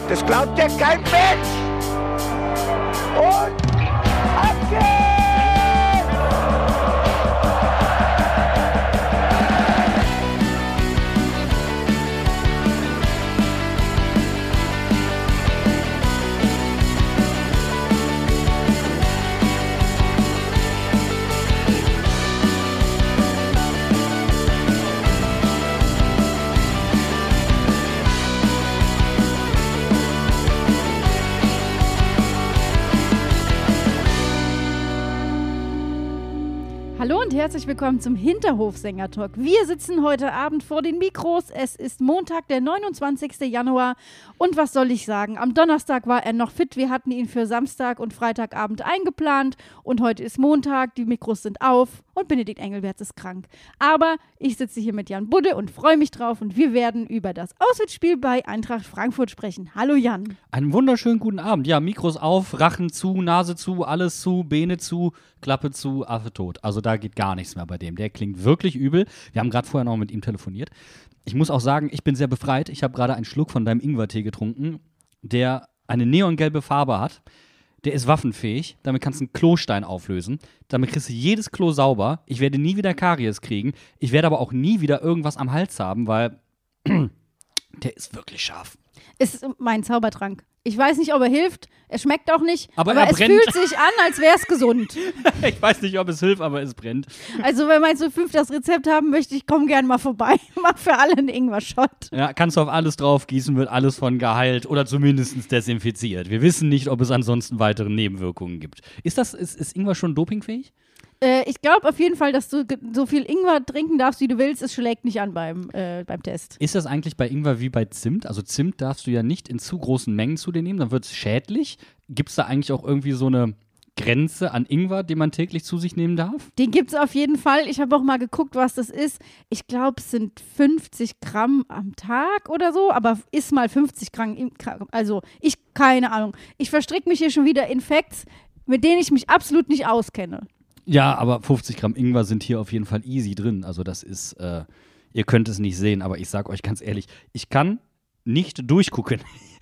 Das glaubt ja kein Mensch. Und ab geht's! Hallo und herzlich willkommen zum Hinterhof-Sänger-Talk. Wir sitzen heute Abend vor den Mikros. Es ist Montag, der 29. Januar. Und was soll ich sagen? Am Donnerstag war er noch fit. Wir hatten ihn für Samstag und Freitagabend eingeplant. Und heute ist Montag, die Mikros sind auf und Benedikt Engelberts ist krank. Aber ich sitze hier mit Jan Budde und freue mich drauf. Und wir werden über das Auswärtsspiel bei Eintracht Frankfurt sprechen. Hallo Jan. Einen wunderschönen guten Abend. Ja, Mikros auf, Rachen zu, Nase zu, alles zu, Beine zu, Klappe zu, Affe tot. Also da geht gar nichts mehr bei dem. Der klingt wirklich übel. Wir haben gerade vorher noch mit ihm telefoniert. Ich muss auch sagen, ich bin sehr befreit. Ich habe gerade einen Schluck von deinem Ingwertee getrunken, der eine neongelbe Farbe hat. Der ist waffenfähig. Damit kannst du einen Klostein auflösen. Damit kriegst du jedes Klo sauber. Ich werde nie wieder Karies kriegen. Ich werde aber auch nie wieder irgendwas am Hals haben, weil der ist wirklich scharf. Ist mein Zaubertrank. Ich weiß nicht, ob er hilft. Er schmeckt auch nicht. Aber es brennt. fühlt sich an, als wäre es gesund. Ich weiß nicht, ob es hilft, aber es brennt. Also, wenn meinst du 5 das Rezept haben möchte, ich komme gerne mal vorbei. Mach für alle einen Ingwer-Shot. Ja, kannst du auf alles drauf gießen, wird alles von geheilt oder zumindest desinfiziert. Wir wissen nicht, ob es ansonsten weitere Nebenwirkungen gibt. Ist Ingwer schon dopingfähig? Ich glaube auf jeden Fall, dass du so viel Ingwer trinken darfst, wie du willst. Es schlägt nicht an beim Test. Ist das eigentlich bei Ingwer wie bei Zimt? Also Zimt darfst du ja nicht in zu großen Mengen zu dir nehmen, dann wird es schädlich. Gibt es da eigentlich auch irgendwie so eine Grenze an Ingwer, die man täglich zu sich nehmen darf? Den gibt es auf jeden Fall. Ich habe auch mal geguckt, was das ist. Ich glaube, es sind 50 Gramm am Tag oder so, aber iss mal 50 Gramm. Also keine Ahnung. Ich verstricke mich hier schon wieder in Facts, mit denen ich mich absolut nicht auskenne. Ja, aber 50 Gramm Ingwer sind hier auf jeden Fall easy drin. Also das ist, ihr könnt es nicht sehen, aber ich sag euch ganz ehrlich, ich kann nicht durchgucken.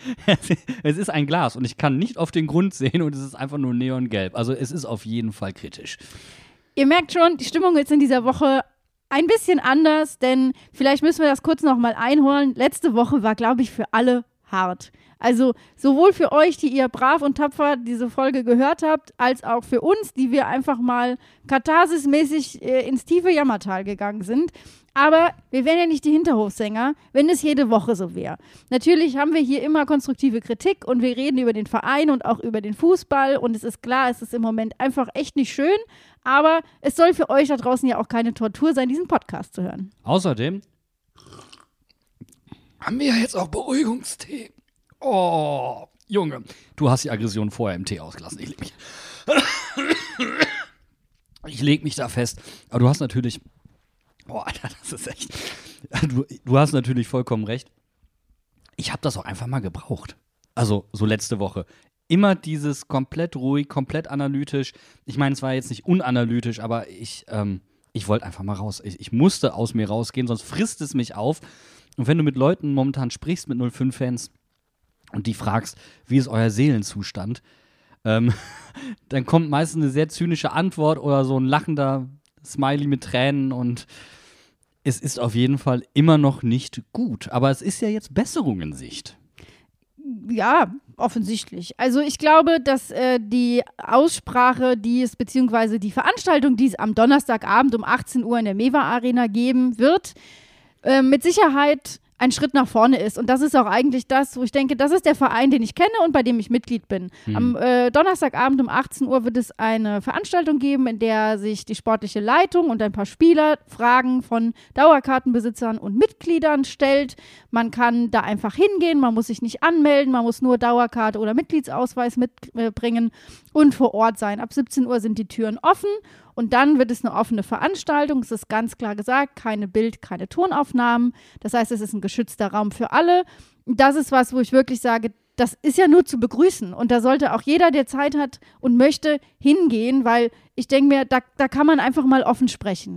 Es ist ein Glas und ich kann nicht auf den Grund sehen und es ist einfach nur neongelb. Also es ist auf jeden Fall kritisch. Ihr merkt schon, die Stimmung ist in dieser Woche ein bisschen anders, denn vielleicht müssen wir das kurz nochmal einholen. Letzte Woche war, glaube ich, für alle hart. Also sowohl für euch, die ihr brav und tapfer diese Folge gehört habt, als auch für uns, die wir einfach mal katharsismäßig ins tiefe Jammertal gegangen sind. Aber wir wären ja nicht die Hinterhofsänger, wenn es jede Woche so wäre. Natürlich haben wir hier immer konstruktive Kritik und wir reden über den Verein und auch über den Fußball. Und es ist klar, es ist im Moment einfach echt nicht schön. Aber es soll für euch da draußen ja auch keine Tortur sein, diesen Podcast zu hören. Außerdem haben wir ja jetzt auch Beruhigungstee. Oh, Junge, du hast die Aggression vorher im Tee ausgelassen. Ich leg mich da fest. Aber du hast natürlich, Alter, das ist echt, du hast natürlich vollkommen recht. Ich habe das auch einfach mal gebraucht. Also so letzte Woche. Immer dieses komplett ruhig, komplett analytisch. Ich meine, es war jetzt nicht unanalytisch, aber ich wollte einfach mal raus. Ich musste aus mir rausgehen, sonst frisst es mich auf. Und wenn du mit Leuten momentan sprichst, mit 05-Fans, und die fragst, wie ist euer Seelenzustand, dann kommt meistens eine sehr zynische Antwort oder so ein lachender Smiley mit Tränen und es ist auf jeden Fall immer noch nicht gut. Aber es ist ja jetzt Besserung in Sicht. Ja, offensichtlich. Also ich glaube, dass die Aussprache, beziehungsweise die Veranstaltung, die es am Donnerstagabend um 18 Uhr in der Mewa Arena geben wird, mit Sicherheit ein Schritt nach vorne ist. Und das ist auch eigentlich das, wo ich denke, das ist der Verein, den ich kenne und bei dem ich Mitglied bin. Am Donnerstagabend um 18 Uhr wird es eine Veranstaltung geben, in der sich die sportliche Leitung und ein paar Spieler Fragen von Dauerkartenbesitzern und Mitgliedern stellt. Man kann da einfach hingehen, man muss sich nicht anmelden, man muss nur Dauerkarte oder Mitgliedsausweis mitbringen und vor Ort sein. Ab 17 Uhr sind die Türen offen. Und dann wird es eine offene Veranstaltung. Es ist ganz klar gesagt, keine Bild-, keine Tonaufnahmen. Das heißt, es ist ein geschützter Raum für alle. Das ist was, wo ich wirklich sage, das ist ja nur zu begrüßen. Und da sollte auch jeder, der Zeit hat und möchte, hingehen, weil ich denke mir, da kann man einfach mal offen sprechen.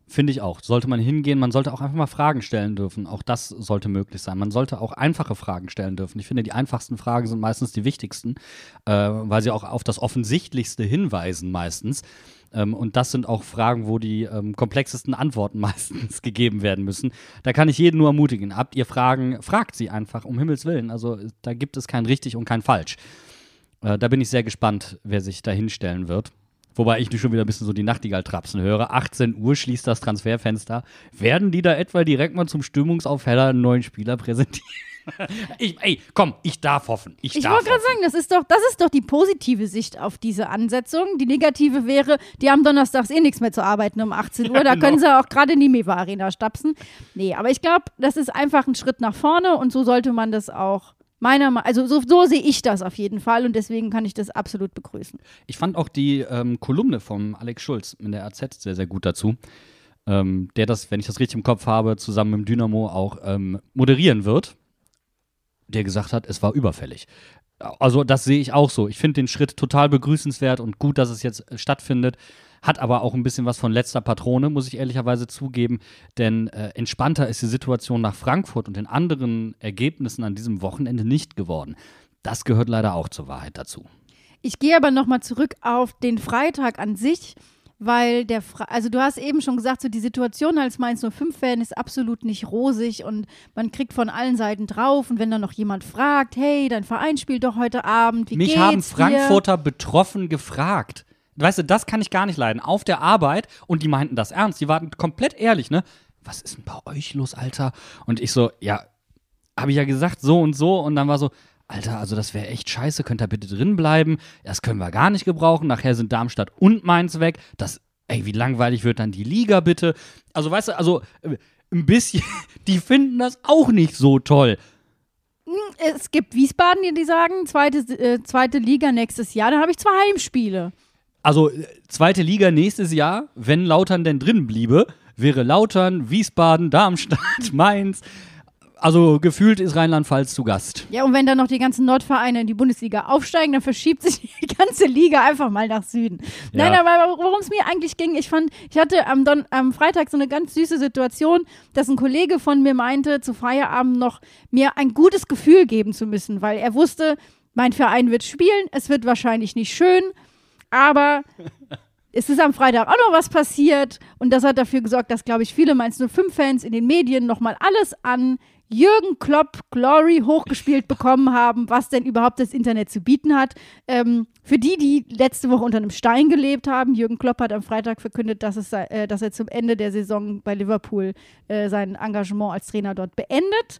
Finde ich auch. Sollte man hingehen, man sollte auch einfach mal Fragen stellen dürfen. Auch das sollte möglich sein. Man sollte auch einfache Fragen stellen dürfen. Ich finde, die einfachsten Fragen sind meistens die wichtigsten, weil sie auch auf das Offensichtlichste hinweisen meistens. Und das sind auch Fragen, wo die komplexesten Antworten meistens gegeben werden müssen. Da kann ich jeden nur ermutigen. Habt ihr Fragen, fragt sie einfach, um Himmels Willen. Also da gibt es kein richtig und kein falsch. Da bin ich sehr gespannt, wer sich da hinstellen wird. Wobei ich schon wieder ein bisschen so die Nachtigall trapsen höre. 18 Uhr schließt das Transferfenster. Werden die da etwa direkt mal zum Stimmungsaufheller einen neuen Spieler präsentieren? Ich darf hoffen. Ich wollte gerade sagen, das ist doch die positive Sicht auf diese Ansetzung. Die negative wäre, die haben donnerstags nichts mehr zu arbeiten um 18 Uhr. Da können sie auch gerade in die Mewa-Arena stapsen. Nee, aber ich glaube, das ist einfach ein Schritt nach vorne und so sollte man das auch so sehe ich das auf jeden Fall und deswegen kann ich das absolut begrüßen. Ich fand auch die Kolumne vom Alex Schulz in der AZ sehr, sehr gut dazu. Der das, wenn ich das richtig im Kopf habe, zusammen mit dem Dynamo auch moderieren wird. Der gesagt hat, es war überfällig. Also das sehe ich auch so. Ich finde den Schritt total begrüßenswert und gut, dass es jetzt stattfindet. Hat aber auch ein bisschen was von letzter Patrone, muss ich ehrlicherweise zugeben. Denn entspannter ist die Situation nach Frankfurt und den anderen Ergebnissen an diesem Wochenende nicht geworden. Das gehört leider auch zur Wahrheit dazu. Ich gehe aber nochmal zurück auf den Freitag an sich, weil also du hast eben schon gesagt, so die Situation als Mainz 05-Fan ist absolut nicht rosig und man kriegt von allen Seiten drauf und wenn dann noch jemand fragt, hey, dein Verein spielt doch heute Abend, wie geht's dir? Mich haben Frankfurter betroffen gefragt. Weißt du, das kann ich gar nicht leiden. Auf der Arbeit und die meinten das ernst, die waren komplett ehrlich, ne? Was ist denn bei euch los, Alter? Und ich so, ja, habe ich ja gesagt, so und dann war so, Alter, also das wäre echt scheiße, könnt ihr bitte drin bleiben? Das können wir gar nicht gebrauchen. Nachher sind Darmstadt und Mainz weg. Wie langweilig wird dann die Liga bitte? Also weißt du, ein bisschen, die finden das auch nicht so toll. Es gibt Wiesbaden, die sagen, zweite Liga nächstes Jahr, dann habe ich 2 Heimspiele. Also zweite Liga nächstes Jahr, wenn Lautern denn drin bliebe, wäre Lautern, Wiesbaden, Darmstadt, Mainz. Also gefühlt ist Rheinland-Pfalz zu Gast. Ja, und wenn dann noch die ganzen Nordvereine in die Bundesliga aufsteigen, dann verschiebt sich die ganze Liga einfach mal nach Süden. Ja. Nein, aber worum es mir eigentlich ging, ich hatte am Freitag so eine ganz süße Situation, dass ein Kollege von mir meinte, zu Feierabend noch mir ein gutes Gefühl geben zu müssen, weil er wusste, mein Verein wird spielen, es wird wahrscheinlich nicht schön, aber es ist am Freitag auch noch was passiert und das hat dafür gesorgt, dass, glaube ich, viele Mainz 05-Fans in den Medien nochmal alles an Jürgen Klopp Glory hochgespielt bekommen haben, was denn überhaupt das Internet zu bieten hat. Für die letzte Woche unter einem Stein gelebt haben, Jürgen Klopp hat am Freitag verkündet, dass er zum Ende der Saison bei Liverpool sein Engagement als Trainer dort beendet.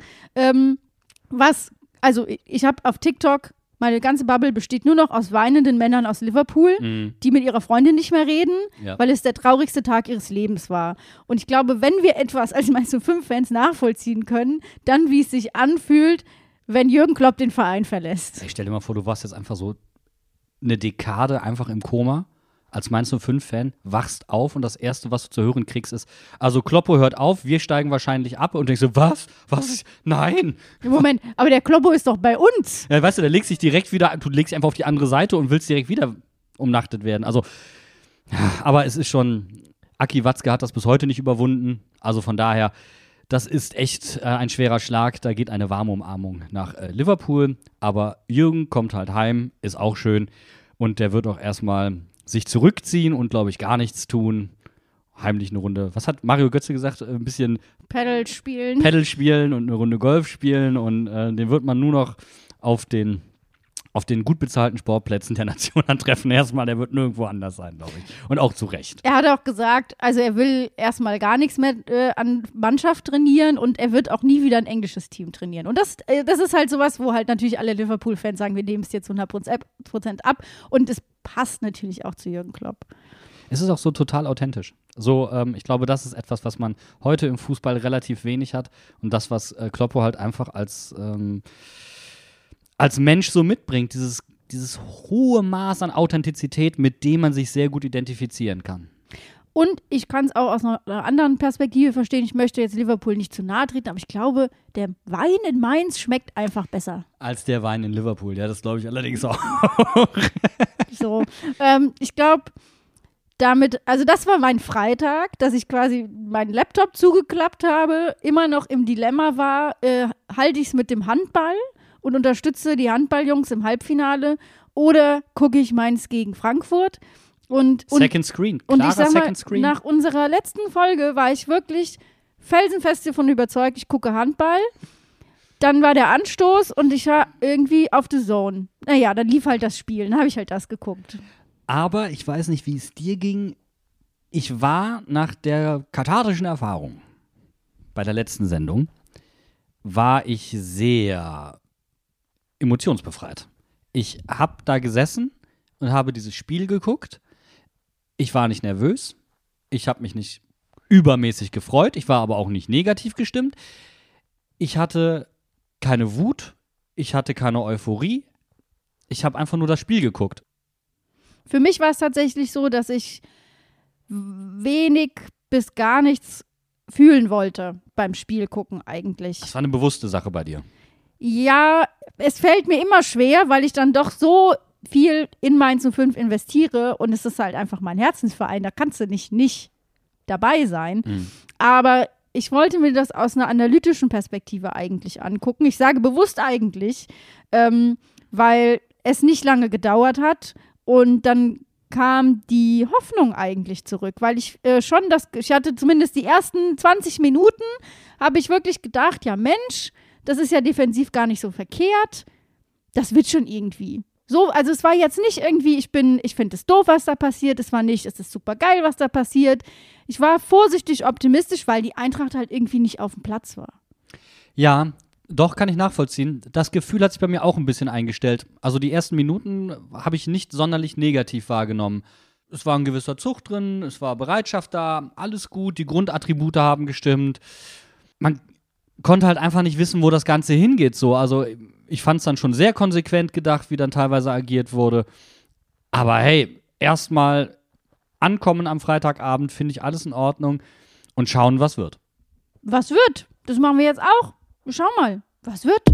Ich habe auf TikTok, meine ganze Bubble besteht nur noch aus weinenden Männern aus Liverpool, die mit ihrer Freundin nicht mehr reden, weil es der traurigste Tag ihres Lebens war. Und ich glaube, wenn wir etwas als Mainz 05-Fans nachvollziehen können, dann wie es sich anfühlt, wenn Jürgen Klopp den Verein verlässt. Ich stell dir mal vor, du warst jetzt einfach so eine Dekade einfach im Koma als Mainz 05-Fan, wachst auf und das Erste, was du zu hören kriegst, ist, also Kloppo hört auf, wir steigen wahrscheinlich ab und denkst so, was? Nein! Moment, aber der Kloppo ist doch bei uns! Ja, weißt du, der legst dich direkt wieder, du legst dich einfach auf die andere Seite und willst direkt wieder umnachtet werden. Also, aber es ist schon, Aki Watzke hat das bis heute nicht überwunden, also von daher, das ist echt ein schwerer Schlag, da geht eine warme Umarmung nach Liverpool, aber Jürgen kommt halt heim, ist auch schön und der wird auch erstmal sich zurückziehen und, glaube ich, gar nichts tun. Heimlich eine Runde, was hat Mario Götze gesagt? Ein bisschen Paddle spielen und eine Runde Golf spielen und den wird man nur noch auf den gut bezahlten Sportplätzen der Nation antreffen. Erstmal, der wird nirgendwo anders sein, glaube ich. Und auch zu Recht. Er hat auch gesagt, also er will erstmal gar nichts mehr an Mannschaft trainieren und er wird auch nie wieder ein englisches Team trainieren. Und das ist halt sowas, wo halt natürlich alle Liverpool-Fans sagen, wir nehmen es jetzt 100% ab. Und es passt natürlich auch zu Jürgen Klopp. Es ist auch so total authentisch. So, ich glaube, das ist etwas, was man heute im Fußball relativ wenig hat. Und das, was Kloppo halt einfach als Mensch so mitbringt, dieses hohe Maß an Authentizität, mit dem man sich sehr gut identifizieren kann. Und ich kann es auch aus einer anderen Perspektive verstehen. Ich möchte jetzt Liverpool nicht zu nahe treten, aber ich glaube, der Wein in Mainz schmeckt einfach besser. Als der Wein in Liverpool, ja, das glaube ich allerdings auch. So, ich glaube, also das war mein Freitag, dass ich quasi meinen Laptop zugeklappt habe, immer noch im Dilemma war, halte ich es mit dem Handball und unterstütze die Handballjungs im Halbfinale oder gucke ich Mainz gegen Frankfurt. Und Second Screen, und ich klarer sag mal, Second Screen. nach unserer letzten Folge war ich wirklich felsenfest davon überzeugt, ich gucke Handball. Dann war der Anstoß und ich war irgendwie auf The Zone. Naja, dann lief halt das Spiel, dann habe ich halt das geguckt. Aber ich weiß nicht, wie es dir ging. Ich war nach der kathartischen Erfahrung bei der letzten Sendung, war ich sehr emotionsbefreit. Ich habe da gesessen und habe dieses Spiel geguckt. Ich war nicht nervös. Ich habe mich nicht übermäßig gefreut. Ich war aber auch nicht negativ gestimmt. Ich hatte keine Wut. Ich hatte keine Euphorie. Ich habe einfach nur das Spiel geguckt. Für mich war es tatsächlich so, dass ich wenig bis gar nichts fühlen wollte beim Spiel gucken eigentlich. Das war eine bewusste Sache bei dir. Ja, es fällt mir immer schwer, weil ich dann doch so viel in Mainz 05 investiere und es ist halt einfach mein Herzensverein, da kannst du nicht dabei sein. Aber ich wollte mir das aus einer analytischen Perspektive eigentlich angucken. Ich sage bewusst eigentlich, weil es nicht lange gedauert hat und dann kam die Hoffnung eigentlich zurück, weil ich ich hatte zumindest die ersten 20 Minuten, habe ich wirklich gedacht, ja Mensch, das ist ja defensiv gar nicht so verkehrt, das wird schon irgendwie. So, also es war jetzt nicht irgendwie, ich finde es doof, was da passiert, es war nicht, es ist super geil, was da passiert. Ich war vorsichtig optimistisch, weil die Eintracht halt irgendwie nicht auf dem Platz war. Ja, doch, kann ich nachvollziehen. Das Gefühl hat sich bei mir auch ein bisschen eingestellt. Also die ersten Minuten habe ich nicht sonderlich negativ wahrgenommen. Es war ein gewisser Zug drin, es war Bereitschaft da, alles gut, die Grundattribute haben gestimmt. Man konnte halt einfach nicht wissen, wo das Ganze hingeht. So. Also ich fand es dann schon sehr konsequent gedacht, wie dann teilweise agiert wurde. Aber hey, erstmal ankommen am Freitagabend, finde ich alles in Ordnung und schauen, was wird. Was wird? Das machen wir jetzt auch. Schau mal, was wird?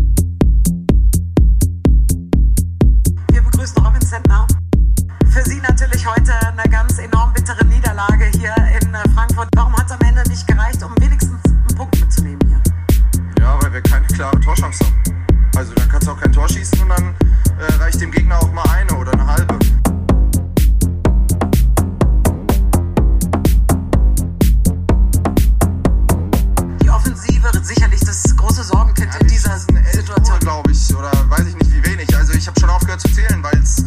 Wir begrüßen Robin Zentner. Für Sie natürlich heute eine ganz enorm bittere Niederlage hier in Frankfurt. Warum hat es am Ende nicht gereicht, um wenigstens einen Punkt mitzunehmen hier? Ja, weil wir keine klare Torchance haben. Also dann kannst du auch kein Tor schießen und dann reicht dem Gegner auch mal eine oder eine halbe. Die Offensive wird sicherlich das große Sorgenkind in dieser Situation. Glaube ich, oder weiß ich nicht wie wenig. Also ich habe schon aufgehört zu zählen, weil es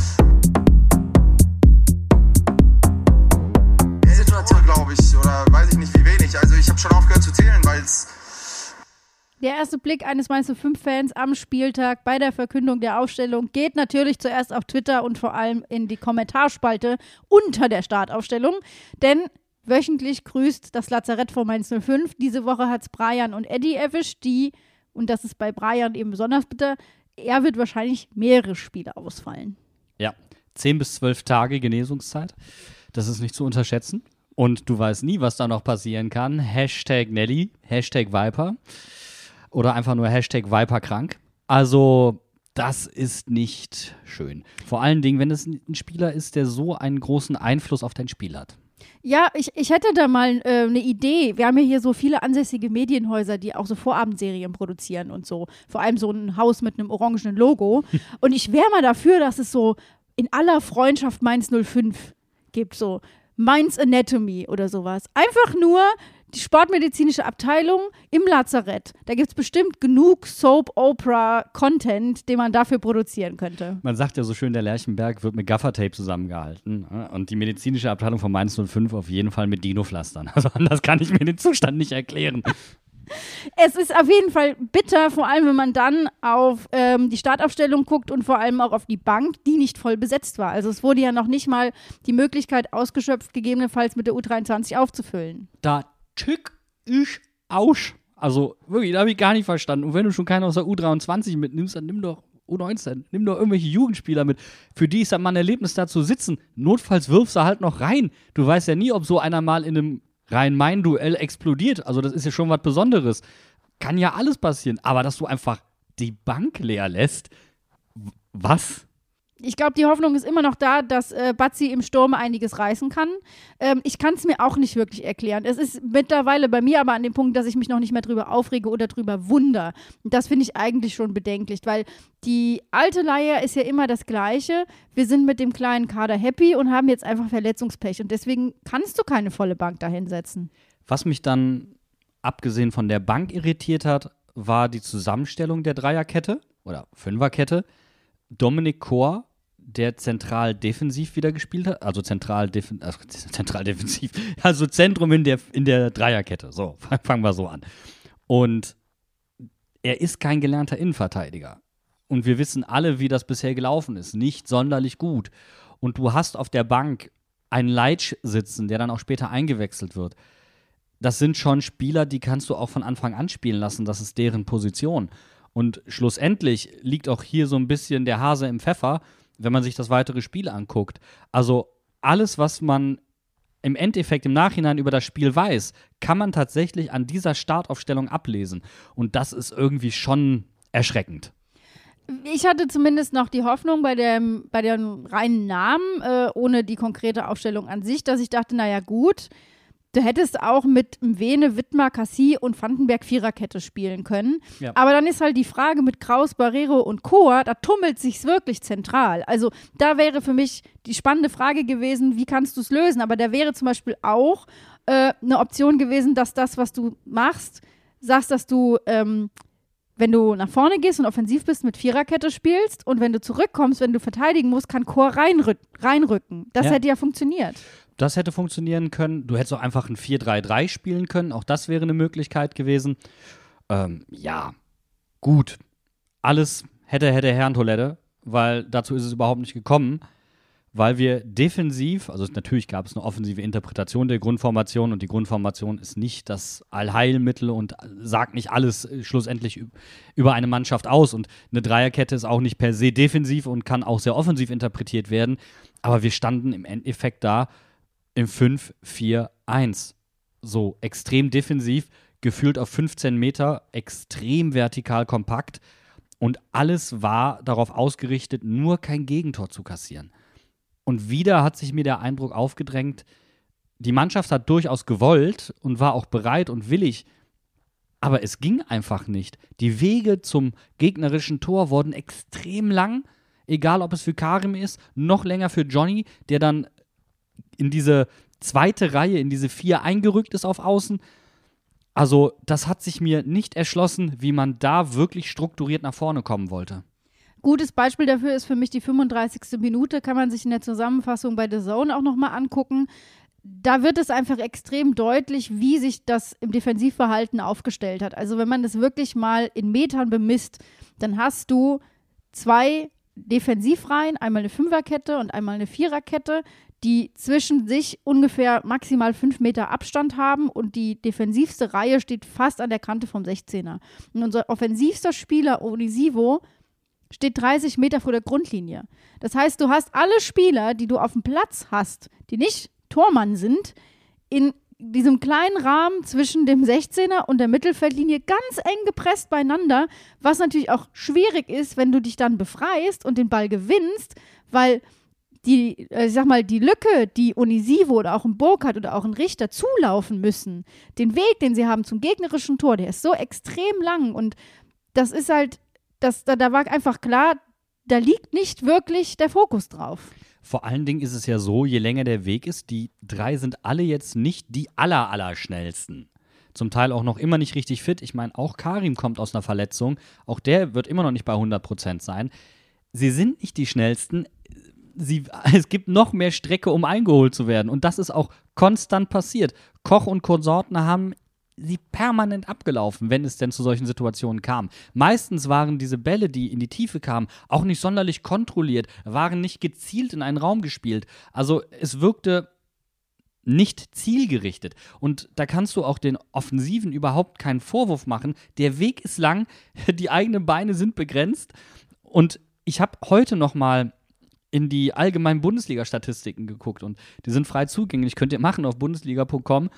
Situation, glaube ich, oder weiß ich nicht wie wenig. Also ich habe schon aufgehört zu zählen, weil es Der erste Blick eines Mainz 05-Fans am Spieltag bei der Verkündung der Aufstellung geht natürlich zuerst auf Twitter und vor allem in die Kommentarspalte unter der Startaufstellung, denn wöchentlich grüßt das Lazarett von Mainz 05. Diese Woche hat es Brian und Eddie erwischt, und das ist bei Brian eben besonders bitter, er wird wahrscheinlich mehrere Spiele ausfallen. Ja, 10 bis 12 Tage Genesungszeit. Das ist nicht zu unterschätzen. Und du weißt nie, was da noch passieren kann. Hashtag Nelly, Hashtag Viper oder einfach nur Hashtag Viperkrank. Also das ist nicht schön. Vor allen Dingen, wenn es ein Spieler ist, der so einen großen Einfluss auf dein Spiel hat. Ja, ich hätte da mal eine Idee. Wir haben ja hier so viele ansässige Medienhäuser, die auch so Vorabendserien produzieren und so. Vor allem so ein Haus mit einem orangenen Logo. Und ich wäre mal dafür, dass es so in aller Freundschaft Mainz 05 gibt, so Mainz Anatomy oder sowas. Einfach nur die sportmedizinische Abteilung im Lazarett. Da gibt es bestimmt genug Soap-Opera-Content, den man dafür produzieren könnte. Man sagt ja so schön, der Lerchenberg wird mit Gaffertape zusammengehalten. Und die medizinische Abteilung von Mainz 05 auf jeden Fall mit Dino-Pflastern. Also anders kann ich mir den Zustand nicht erklären. Es ist auf jeden Fall bitter, vor allem wenn man dann auf die Startaufstellung guckt und vor allem auch auf die Bank, die nicht voll besetzt war. Also es wurde ja noch nicht mal die Möglichkeit ausgeschöpft, gegebenenfalls mit der U23 aufzufüllen. Da tück ich aus. Also wirklich, da habe ich gar nicht verstanden. Und wenn du schon keinen aus der U23 mitnimmst, dann nimm doch U19. Nimm doch irgendwelche Jugendspieler mit. Für die ist das mal ein Erlebnis, da zu sitzen. Notfalls wirfst du halt noch rein. Du weißt ja nie, ob so einer mal in einem Rhein-Main-Duell explodiert. Also das ist ja schon was Besonderes. Kann ja alles passieren. Aber dass du einfach die Bank leer lässt, was? Ich glaube, die Hoffnung ist immer noch da, dass Bazzi im Sturm einiges reißen kann. Ich kann es mir auch nicht wirklich erklären. Es ist mittlerweile bei mir aber an dem Punkt, dass ich mich noch nicht mehr drüber aufrege oder drüber wundere. Und das finde ich eigentlich schon bedenklich, weil die alte Leier ist ja immer das Gleiche. Wir sind mit dem kleinen Kader happy und haben jetzt einfach Verletzungspech. Und deswegen kannst du keine volle Bank dahinsetzen. Was mich dann, abgesehen von der Bank, irritiert hat, war die Zusammenstellung der Dreierkette oder Fünferkette. Dominik Kor, der zentral defensiv wieder gespielt hat, also zentral defensiv, also Zentrum in der Dreierkette. So, fangen wir so an. Und er ist kein gelernter Innenverteidiger. Und wir wissen alle, wie das bisher gelaufen ist. Nicht sonderlich gut. Und du hast auf der Bank einen Leitsch sitzen, der dann auch später eingewechselt wird. Das sind schon Spieler, die kannst du auch von Anfang an spielen lassen. Das ist deren Position. Und schlussendlich liegt auch hier so ein bisschen der Hase im Pfeffer, wenn man sich das weitere Spiel anguckt. Also alles, was man im Endeffekt im Nachhinein über das Spiel weiß, kann man tatsächlich an dieser Startaufstellung ablesen. Und das ist irgendwie schon erschreckend. Ich hatte zumindest noch die Hoffnung bei den reinen Namen, ohne die konkrete Aufstellung an sich, dass ich dachte, naja gut, du hättest auch mit Mwene, Wittmer, Cassie und Vandenberg Viererkette spielen können. Ja. Aber dann ist halt die Frage mit Kraus, Barrero und Koa, da tummelt sich's wirklich zentral. Also da wäre für mich die spannende Frage gewesen, wie kannst du es lösen? Aber da wäre zum Beispiel auch eine Option gewesen, dass das, was du machst, sagst, dass du, wenn du nach vorne gehst und offensiv bist, mit Viererkette spielst und wenn du zurückkommst, wenn du verteidigen musst, kann Koa reinrücken. Das hätte ja funktioniert. Das hätte funktionieren können. Du hättest auch einfach ein 4-3-3 spielen können. Auch das wäre eine Möglichkeit gewesen. Ja, gut. Alles hätte Herrentoilette, weil dazu ist es überhaupt nicht gekommen. Weil wir defensiv, also natürlich gab es eine offensive Interpretation der Grundformation und die Grundformation ist nicht das Allheilmittel und sagt nicht alles schlussendlich über eine Mannschaft aus. Und eine Dreierkette ist auch nicht per se defensiv und kann auch sehr offensiv interpretiert werden. Aber wir standen im Endeffekt da im 5-4-1. So extrem defensiv, gefühlt auf 15 Meter, extrem vertikal kompakt. Und alles war darauf ausgerichtet, nur kein Gegentor zu kassieren. Und wieder hat sich mir der Eindruck aufgedrängt, die Mannschaft hat durchaus gewollt und war auch bereit und willig, aber es ging einfach nicht. Die Wege zum gegnerischen Tor wurden extrem lang, egal ob es für Karim ist, noch länger für Johnny, der dann in diese zweite Reihe, in diese 4 eingerückt ist auf Außen. Also das hat sich mir nicht erschlossen, wie man da wirklich strukturiert nach vorne kommen wollte. Gutes Beispiel dafür ist für mich die 35. Minute, kann man sich in der Zusammenfassung bei The Zone auch nochmal angucken. Da wird es einfach extrem deutlich, wie sich das im Defensivverhalten aufgestellt hat. Also wenn man das wirklich mal in Metern bemisst, dann hast du 2 Defensivreihen, einmal eine Fünferkette und einmal eine Viererkette, die zwischen sich ungefähr maximal 5 Meter Abstand haben und die defensivste Reihe steht fast an der Kante vom 16er. Und unser offensivster Spieler, Onisivo, steht 30 Meter vor der Grundlinie. Das heißt, du hast alle Spieler, die du auf dem Platz hast, die nicht Tormann sind, in diesem kleinen Rahmen zwischen dem 16er und der Mittelfeldlinie ganz eng gepresst beieinander, was natürlich auch schwierig ist, wenn du dich dann befreist und den Ball gewinnst, weil die Lücke, die Onisivo oder auch ein Burkhardt oder auch ein Richter zulaufen müssen, den Weg, den sie haben zum gegnerischen Tor, der ist so extrem lang und das ist halt, da war einfach klar, da liegt nicht wirklich der Fokus drauf. Vor allen Dingen ist es ja so, je länger der Weg ist, die 3 sind alle jetzt nicht die allerschnellsten. Zum Teil auch noch immer nicht richtig fit. Ich meine, auch Karim kommt aus einer Verletzung. Auch der wird immer noch nicht bei 100% sein. Sie sind nicht die schnellsten. Es gibt noch mehr Strecke, um eingeholt zu werden. Und das ist auch konstant passiert. Koch und Konsorten haben sie permanent abgelaufen, wenn es denn zu solchen Situationen kam. Meistens waren diese Bälle, die in die Tiefe kamen, auch nicht sonderlich kontrolliert, waren nicht gezielt in einen Raum gespielt. Also es wirkte nicht zielgerichtet. Und da kannst du auch den Offensiven überhaupt keinen Vorwurf machen. Der Weg ist lang, die eigenen Beine sind begrenzt. Und ich habe heute noch mal in die allgemeinen Bundesliga-Statistiken geguckt und die sind frei zugänglich, könnt ihr machen auf bundesliga.com.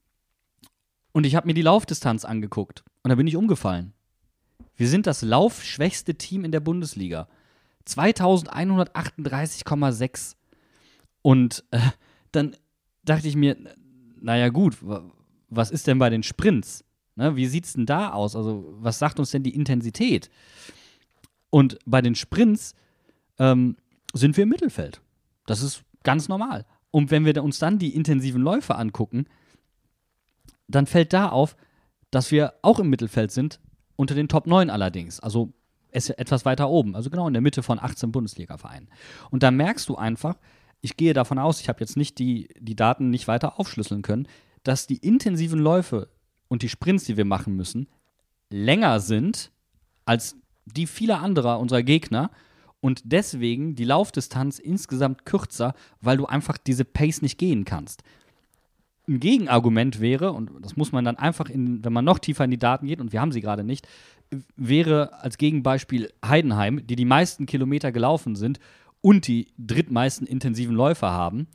Und ich habe mir die Laufdistanz angeguckt und da bin ich umgefallen. Wir sind das laufschwächste Team in der Bundesliga. 2138,6. Und dann dachte ich mir, naja gut, was ist denn bei den Sprints? Ne, wie sieht es denn da aus? Also was sagt uns denn die Intensität? Und bei den Sprints sind wir im Mittelfeld. Das ist ganz normal. Und wenn wir uns dann die intensiven Läufe angucken, dann fällt da auf, dass wir auch im Mittelfeld sind, unter den Top 9 allerdings. Also etwas weiter oben, also genau in der Mitte von 18 Bundesliga-Vereinen. Und da merkst du einfach, ich gehe davon aus, ich habe jetzt nicht die Daten nicht weiter aufschlüsseln können, dass die intensiven Läufe und die Sprints, die wir machen müssen, länger sind als die vieler anderer unserer Gegner und deswegen die Laufdistanz insgesamt kürzer, weil du einfach diese Pace nicht gehen kannst. Ein Gegenargument wäre, und das muss man dann einfach, wenn man noch tiefer in die Daten geht, und wir haben sie gerade nicht, wäre als Gegenbeispiel Heidenheim, die meisten Kilometer gelaufen sind und die drittmeisten intensiven Läufe haben.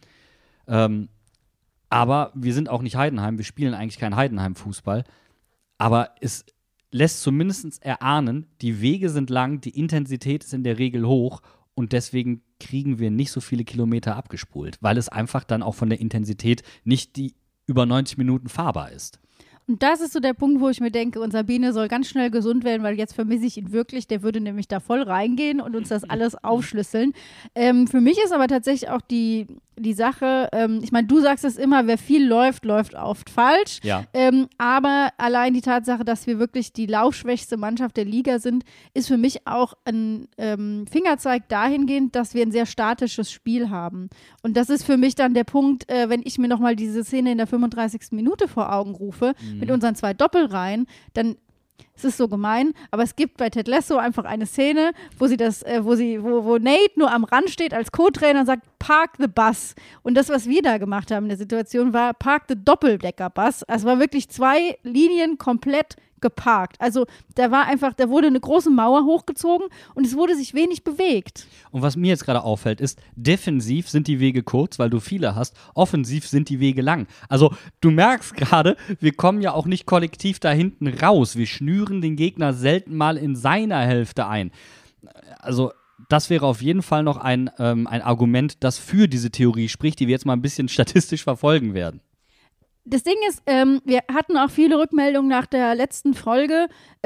Aber wir sind auch nicht Heidenheim, wir spielen eigentlich keinen Heidenheim-Fußball. Aber es lässt zumindest erahnen, die Wege sind lang, die Intensität ist in der Regel hoch und deswegen kriegen wir nicht so viele Kilometer abgespult, weil es einfach dann auch von der Intensität nicht die über 90 Minuten fahrbar ist. Und das ist so der Punkt, wo ich mir denke, unser Biene soll ganz schnell gesund werden, weil jetzt vermisse ich ihn wirklich. Der würde nämlich da voll reingehen und uns das alles aufschlüsseln. Für mich ist aber tatsächlich auch die Sache, ich meine, du sagst es immer, wer viel läuft, läuft oft falsch. Ja. Aber allein die Tatsache, dass wir wirklich die laufschwächste Mannschaft der Liga sind, ist für mich auch ein Fingerzeig dahingehend, dass wir ein sehr statisches Spiel haben. Und das ist für mich dann der Punkt, wenn ich mir nochmal diese Szene in der 35. Minute vor Augen rufe, mit unseren 2 Doppelreihen, dann es ist so gemein, aber es gibt bei Ted Lasso einfach eine Szene, wo Nate nur am Rand steht als Co-Trainer und sagt, park the bus. Und das, was wir da gemacht haben in der Situation, war park the Doppeldeckerbus. Also es war wirklich 2 Linien komplett geparkt. Also da wurde eine große Mauer hochgezogen und es wurde sich wenig bewegt. Und was mir jetzt gerade auffällt, ist, defensiv sind die Wege kurz, weil du viele hast, offensiv sind die Wege lang. Also du merkst gerade, wir kommen ja auch nicht kollektiv da hinten raus. Wir schnüren den Gegner selten mal in seiner Hälfte ein. Also das wäre auf jeden Fall noch ein Argument, das für diese Theorie spricht, die wir jetzt mal ein bisschen statistisch verfolgen werden. Das Ding ist, wir hatten auch viele Rückmeldungen nach der letzten Folge,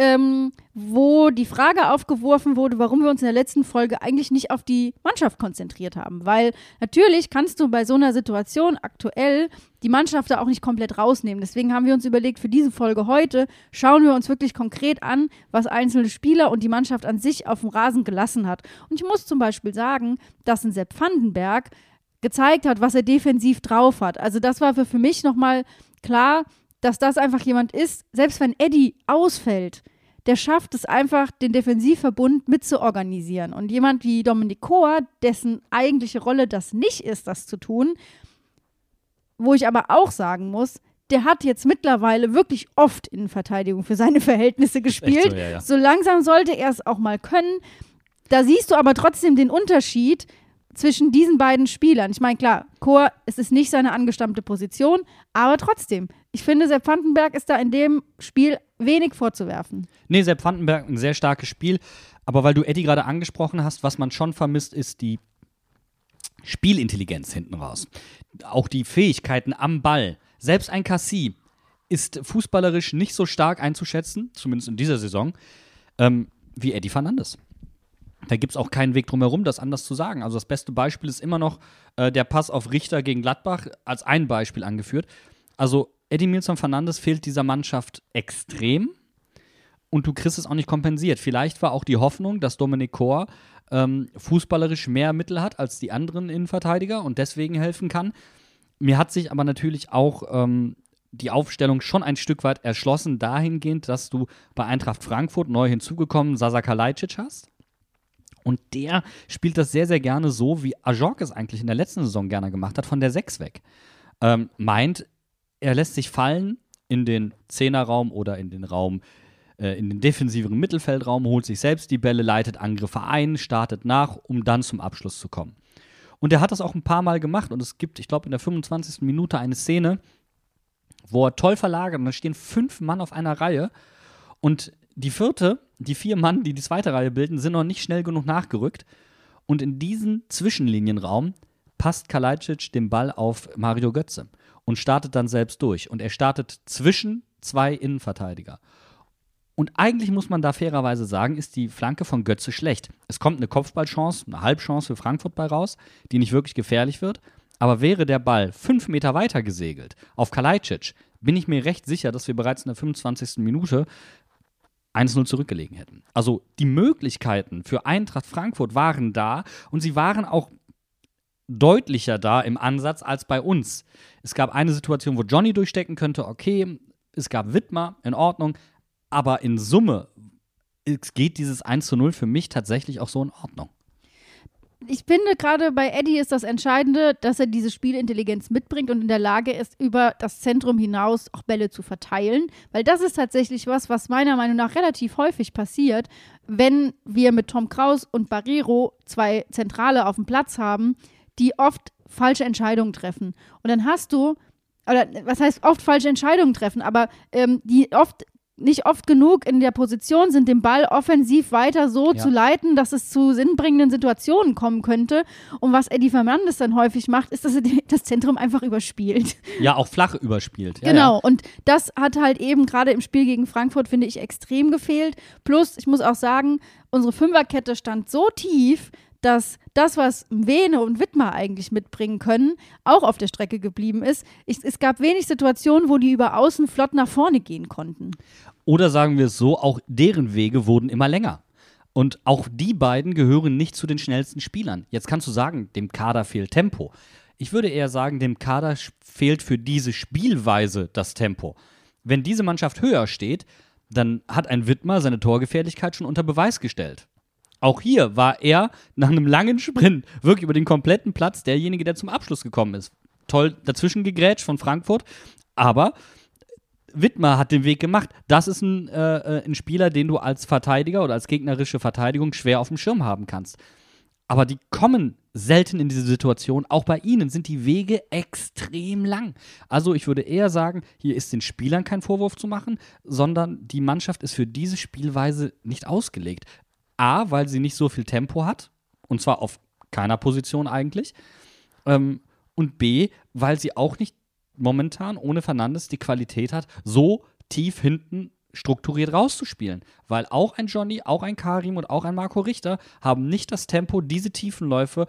wo die Frage aufgeworfen wurde, warum wir uns in der letzten Folge eigentlich nicht auf die Mannschaft konzentriert haben. Weil natürlich kannst du bei so einer Situation aktuell die Mannschaft da auch nicht komplett rausnehmen. Deswegen haben wir uns überlegt, für diese Folge heute schauen wir uns wirklich konkret an, was einzelne Spieler und die Mannschaft an sich auf dem Rasen gelassen hat. Und ich muss zum Beispiel sagen, dass ein Sepp Vandenberg gezeigt hat, was er defensiv drauf hat. Also das war für mich nochmal klar, dass das einfach jemand ist, selbst wenn Eddie ausfällt, der schafft es einfach, den Defensivverbund mitzuorganisieren. Und jemand wie Dominic Kohr, dessen eigentliche Rolle das nicht ist, das zu tun, wo ich aber auch sagen muss, der hat jetzt mittlerweile wirklich oft Innenverteidigung für seine Verhältnisse gespielt. So, ja. So langsam sollte er es auch mal können. Da siehst du aber trotzdem den Unterschied zwischen diesen beiden Spielern. Ich meine, klar, Kohr, es ist nicht seine angestammte Position, aber trotzdem, ich finde, Sepp Vandenberg ist da in dem Spiel wenig vorzuwerfen. Nee, Sepp Vandenberg, ein sehr starkes Spiel, aber weil du Eddie gerade angesprochen hast, was man schon vermisst, ist die Spielintelligenz hinten raus. Auch die Fähigkeiten am Ball. Selbst ein Cassie ist fußballerisch nicht so stark einzuschätzen, zumindest in dieser Saison, wie Eddie Fernandes. Da gibt es auch keinen Weg drum herum, das anders zu sagen. Also das beste Beispiel ist immer noch der Pass auf Richter gegen Gladbach, als ein Beispiel angeführt. Also Edimilson Fernandes fehlt dieser Mannschaft extrem und du kriegst es auch nicht kompensiert. Vielleicht war auch die Hoffnung, dass Dominic Kohr fußballerisch mehr Mittel hat als die anderen Innenverteidiger und deswegen helfen kann. Mir hat sich aber natürlich auch die Aufstellung schon ein Stück weit erschlossen dahingehend, dass du bei Eintracht Frankfurt neu hinzugekommen Sasa Kalajdzic hast. Und der spielt das sehr, sehr gerne so, wie Ajorc es eigentlich in der letzten Saison gerne gemacht hat, von der 6 weg. Meint, er lässt sich fallen in den Zehnerraum oder in den Raum, in den defensiveren Mittelfeldraum, holt sich selbst die Bälle, leitet Angriffe ein, startet nach, um dann zum Abschluss zu kommen. Und er hat das auch ein paar Mal gemacht und es gibt, ich glaube, in der 25. Minute eine Szene, wo er toll verlagert und da stehen 5 Mann auf einer Reihe und die 4 Mann, die die zweite Reihe bilden, sind noch nicht schnell genug nachgerückt. Und in diesen Zwischenlinienraum passt Kalajdzic den Ball auf Mario Götze und startet dann selbst durch. Und er startet zwischen 2 Innenverteidiger. Und eigentlich muss man da fairerweise sagen, ist die Flanke von Götze schlecht. Es kommt eine Kopfballchance, eine Halbchance für Frankfurt bei raus, die nicht wirklich gefährlich wird. Aber wäre der Ball 5 Meter weiter gesegelt auf Kalajdzic, bin ich mir recht sicher, dass wir bereits in der 25. Minute 1-0 zurückgelegen hätten. Also die Möglichkeiten für Eintracht Frankfurt waren da und sie waren auch deutlicher da im Ansatz als bei uns. Es gab eine Situation, wo Johnny durchstecken könnte, okay, es gab Wittmer, in Ordnung, aber in Summe geht dieses 1-0 für mich tatsächlich auch so in Ordnung. Ich finde, gerade bei Eddie ist das Entscheidende, dass er diese Spielintelligenz mitbringt und in der Lage ist, über das Zentrum hinaus auch Bälle zu verteilen. Weil das ist tatsächlich was meiner Meinung nach relativ häufig passiert, wenn wir mit Tom Kraus und Barreiro 2 Zentrale auf dem Platz haben, die oft falsche Entscheidungen treffen. Und dann hast du, oder was heißt oft falsche Entscheidungen treffen, aber die nicht oft genug in der Position sind, den Ball offensiv weiter so zu leiten, dass es zu sinnbringenden Situationen kommen könnte. Und was Eddie Fernandes dann häufig macht, ist, dass er das Zentrum einfach überspielt. Ja, auch flach überspielt. Ja, genau, und das hat halt eben gerade im Spiel gegen Frankfurt, finde ich, extrem gefehlt. Plus, ich muss auch sagen, unsere Fünferkette stand so tief, dass das, was Vene und Wittmer eigentlich mitbringen können, auch auf der Strecke geblieben ist. Es gab wenig Situationen, wo die über außen flott nach vorne gehen konnten. Oder sagen wir es so, auch deren Wege wurden immer länger. Und auch die beiden gehören nicht zu den schnellsten Spielern. Jetzt kannst du sagen, dem Kader fehlt Tempo. Ich würde eher sagen, dem Kader fehlt für diese Spielweise das Tempo. Wenn diese Mannschaft höher steht, dann hat ein Wittmer seine Torgefährlichkeit schon unter Beweis gestellt. Auch hier war er nach einem langen Sprint wirklich über den kompletten Platz derjenige, der zum Abschluss gekommen ist. Toll dazwischen gegrätscht von Frankfurt, aber Wittmer hat den Weg gemacht. Das ist ein Spieler, den du als Verteidiger oder als gegnerische Verteidigung schwer auf dem Schirm haben kannst. Aber die kommen selten in diese Situation. Auch bei ihnen sind die Wege extrem lang. Also ich würde eher sagen, hier ist den Spielern kein Vorwurf zu machen, sondern die Mannschaft ist für diese Spielweise nicht ausgelegt. A, weil sie nicht so viel Tempo hat, und zwar auf keiner Position eigentlich. Und B, weil sie auch nicht momentan ohne Fernandes die Qualität hat, so tief hinten strukturiert rauszuspielen. Weil auch ein Johnny, auch ein Karim und auch ein Marco Richter haben nicht das Tempo, diese tiefen Läufe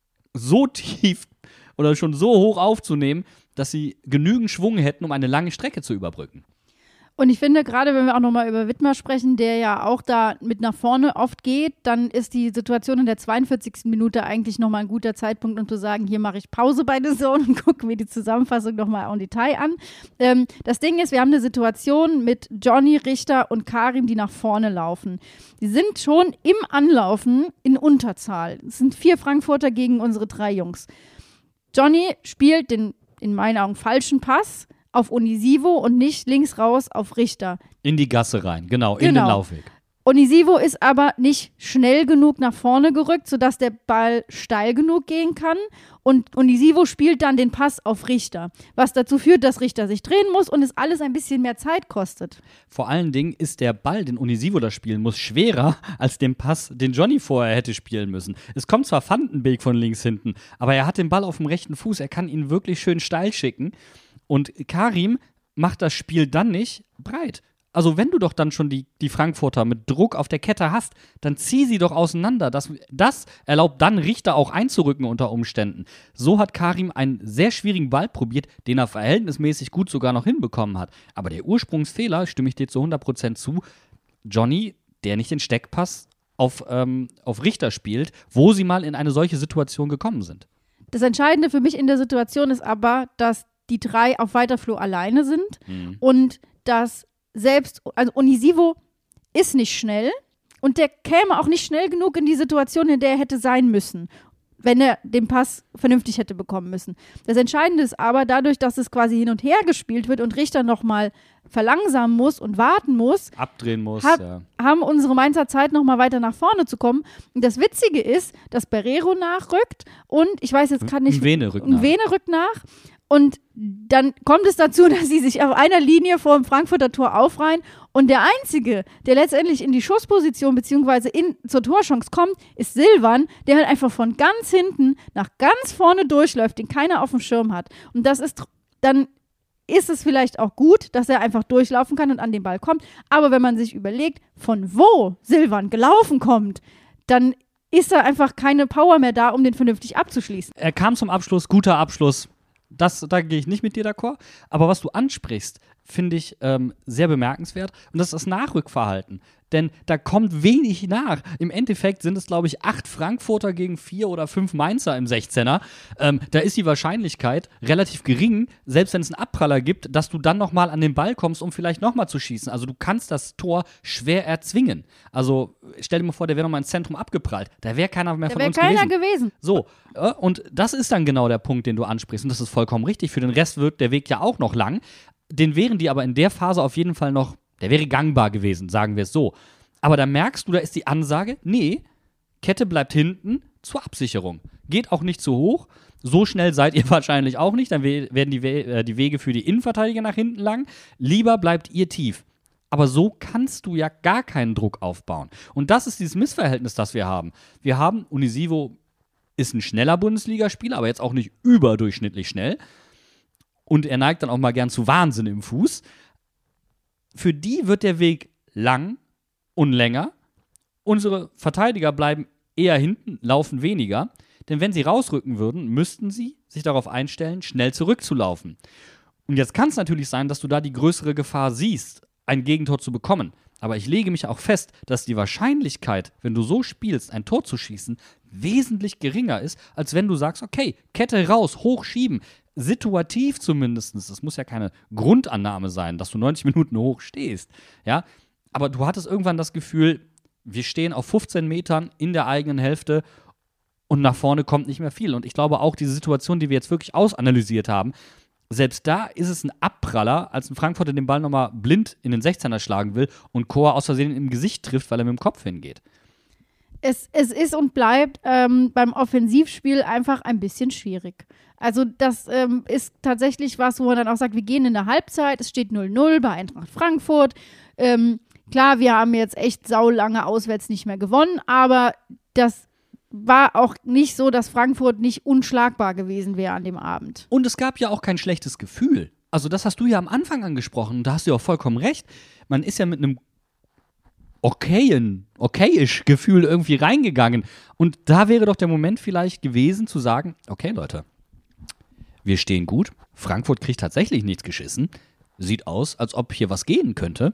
so tief oder schon so hoch aufzunehmen, dass sie genügend Schwung hätten, um eine lange Strecke zu überbrücken. Und ich finde, gerade wenn wir auch nochmal über Wittmer sprechen, der ja auch da mit nach vorne oft geht, dann ist die Situation in der 42. Minute eigentlich nochmal ein guter Zeitpunkt, um zu sagen, hier mache ich Pause bei The Zone und gucke mir die Zusammenfassung nochmal en Detail an. Das Ding ist, wir haben eine Situation mit Johnny, Richter und Karim, die nach vorne laufen. Die sind schon im Anlaufen in Unterzahl. Es sind 4 Frankfurter gegen unsere 3 Jungs. Johnny spielt den, in meinen Augen, falschen Pass auf Onisivo und nicht links raus auf Richter. In die Gasse rein, genau. In den Laufweg. Onisivo ist aber nicht schnell genug nach vorne gerückt, sodass der Ball steil genug gehen kann. Und Onisivo spielt dann den Pass auf Richter, was dazu führt, dass Richter sich drehen muss und es alles ein bisschen mehr Zeit kostet. Vor allen Dingen ist der Ball, den Onisivo da spielen muss, schwerer als den Pass, den Johnny vorher hätte spielen müssen. Es kommt zwar Vandenbeek von links hinten, aber er hat den Ball auf dem rechten Fuß. Er kann ihn wirklich schön steil schicken. Und Karim macht das Spiel dann nicht breit. Also wenn du doch dann schon die Frankfurter mit Druck auf der Kette hast, dann zieh sie doch auseinander. Das erlaubt dann Richter auch einzurücken unter Umständen. So hat Karim einen sehr schwierigen Ball probiert, den er verhältnismäßig gut sogar noch hinbekommen hat. Aber der Ursprungsfehler, stimme ich dir zu 100% zu, Johnny, der nicht den Steckpass auf Richter spielt, wo sie mal in eine solche Situation gekommen sind. Das Entscheidende für mich in der Situation ist aber, dass die 3 auf Weiterflur alleine sind und dass also Onisivo ist nicht schnell und der käme auch nicht schnell genug in die Situation, in der er hätte sein müssen, wenn er den Pass vernünftig hätte bekommen müssen. Das Entscheidende ist aber, dadurch, dass es quasi hin und her gespielt wird und Richter nochmal verlangsamen muss und warten muss, abdrehen muss, haben unsere Mainzer Zeit, nochmal weiter nach vorne zu kommen. Und das Witzige ist, dass Barreiro nachrückt und ich weiß jetzt gerade nicht, Vene rückt nach. Und dann kommt es dazu, dass sie sich auf einer Linie vor dem Frankfurter Tor aufreihen. Und der Einzige, der letztendlich in die Schussposition bzw. zur Torchance kommt, ist Silvan, der halt einfach von ganz hinten nach ganz vorne durchläuft, den keiner auf dem Schirm hat. Und dann ist es vielleicht auch gut, dass er einfach durchlaufen kann und an den Ball kommt. Aber wenn man sich überlegt, von wo Silvan gelaufen kommt, dann ist da einfach keine Power mehr da, um den vernünftig abzuschließen. Er kam zum Abschluss, guter Abschluss. Da gehe ich nicht mit dir d'accord. Aber was du ansprichst, finde ich sehr bemerkenswert. Und das ist das Nachrückverhalten. Denn da kommt wenig nach. Im Endeffekt sind es, glaube ich, 8 Frankfurter gegen 4 oder 5 Mainzer im 16er. Da ist die Wahrscheinlichkeit relativ gering, selbst wenn es einen Abpraller gibt, dass du dann nochmal an den Ball kommst, um vielleicht nochmal zu schießen. Also du kannst das Tor schwer erzwingen. Also stell dir mal vor, der wäre nochmal ins Zentrum abgeprallt. Da wäre keiner mehr von uns gewesen. Da wäre keiner gewesen. So, und das ist dann genau der Punkt, den du ansprichst. Und das ist vollkommen richtig. Für den Rest wird der Weg ja auch noch lang. Den wären die aber in der Phase auf jeden Fall noch, der wäre gangbar gewesen, sagen wir es so. Aber da merkst du, da ist die Ansage, nee, Kette bleibt hinten zur Absicherung. Geht auch nicht zu hoch. So schnell seid ihr wahrscheinlich auch nicht. Dann werden die Wege für die Innenverteidiger nach hinten lang. Lieber bleibt ihr tief. Aber so kannst du ja gar keinen Druck aufbauen. Und das ist dieses Missverhältnis, das wir haben. Wir haben, Unisivo ist ein schneller Bundesligaspieler, aber jetzt auch nicht überdurchschnittlich schnell. Und er neigt dann auch mal gern zu Wahnsinn im Fuß. Für die wird der Weg lang und länger. Unsere Verteidiger bleiben eher hinten, laufen weniger. Denn wenn sie rausrücken würden, müssten sie sich darauf einstellen, schnell zurückzulaufen. Und jetzt kann es natürlich sein, dass du da die größere Gefahr siehst, ein Gegentor zu bekommen. Aber ich lege mich auch fest, dass die Wahrscheinlichkeit, wenn du so spielst, ein Tor zu schießen, wesentlich geringer ist, als wenn du sagst, okay, Kette raus, hochschieben. Situativ zumindest, das muss ja keine Grundannahme sein, dass du 90 Minuten hoch stehst, ja, aber du hattest irgendwann das Gefühl, wir stehen auf 15 Metern in der eigenen Hälfte und nach vorne kommt nicht mehr viel. Und ich glaube auch, diese Situation, die wir jetzt wirklich ausanalysiert haben, selbst da ist es ein Abpraller, als ein Frankfurter den Ball nochmal blind in den 16er schlagen will und Chor aus Versehen im Gesicht trifft, weil er mit dem Kopf hingeht. Es ist und bleibt beim Offensivspiel einfach ein bisschen schwierig. Also das ist tatsächlich was, wo man dann auch sagt, wir gehen in der Halbzeit, es steht 0-0 bei Eintracht Frankfurt. Klar, wir haben jetzt echt saulange auswärts nicht mehr gewonnen, aber das war auch nicht so, dass Frankfurt nicht unschlagbar gewesen wäre an dem Abend. Und es gab ja auch kein schlechtes Gefühl. Also das hast du ja am Anfang angesprochen, da hast du ja auch vollkommen recht. Man ist ja mit einem okayisch Gefühl irgendwie reingegangen. Und da wäre doch der Moment vielleicht gewesen zu sagen, okay Leute, wir stehen gut, Frankfurt kriegt tatsächlich nichts geschissen, sieht aus, als ob hier was gehen könnte,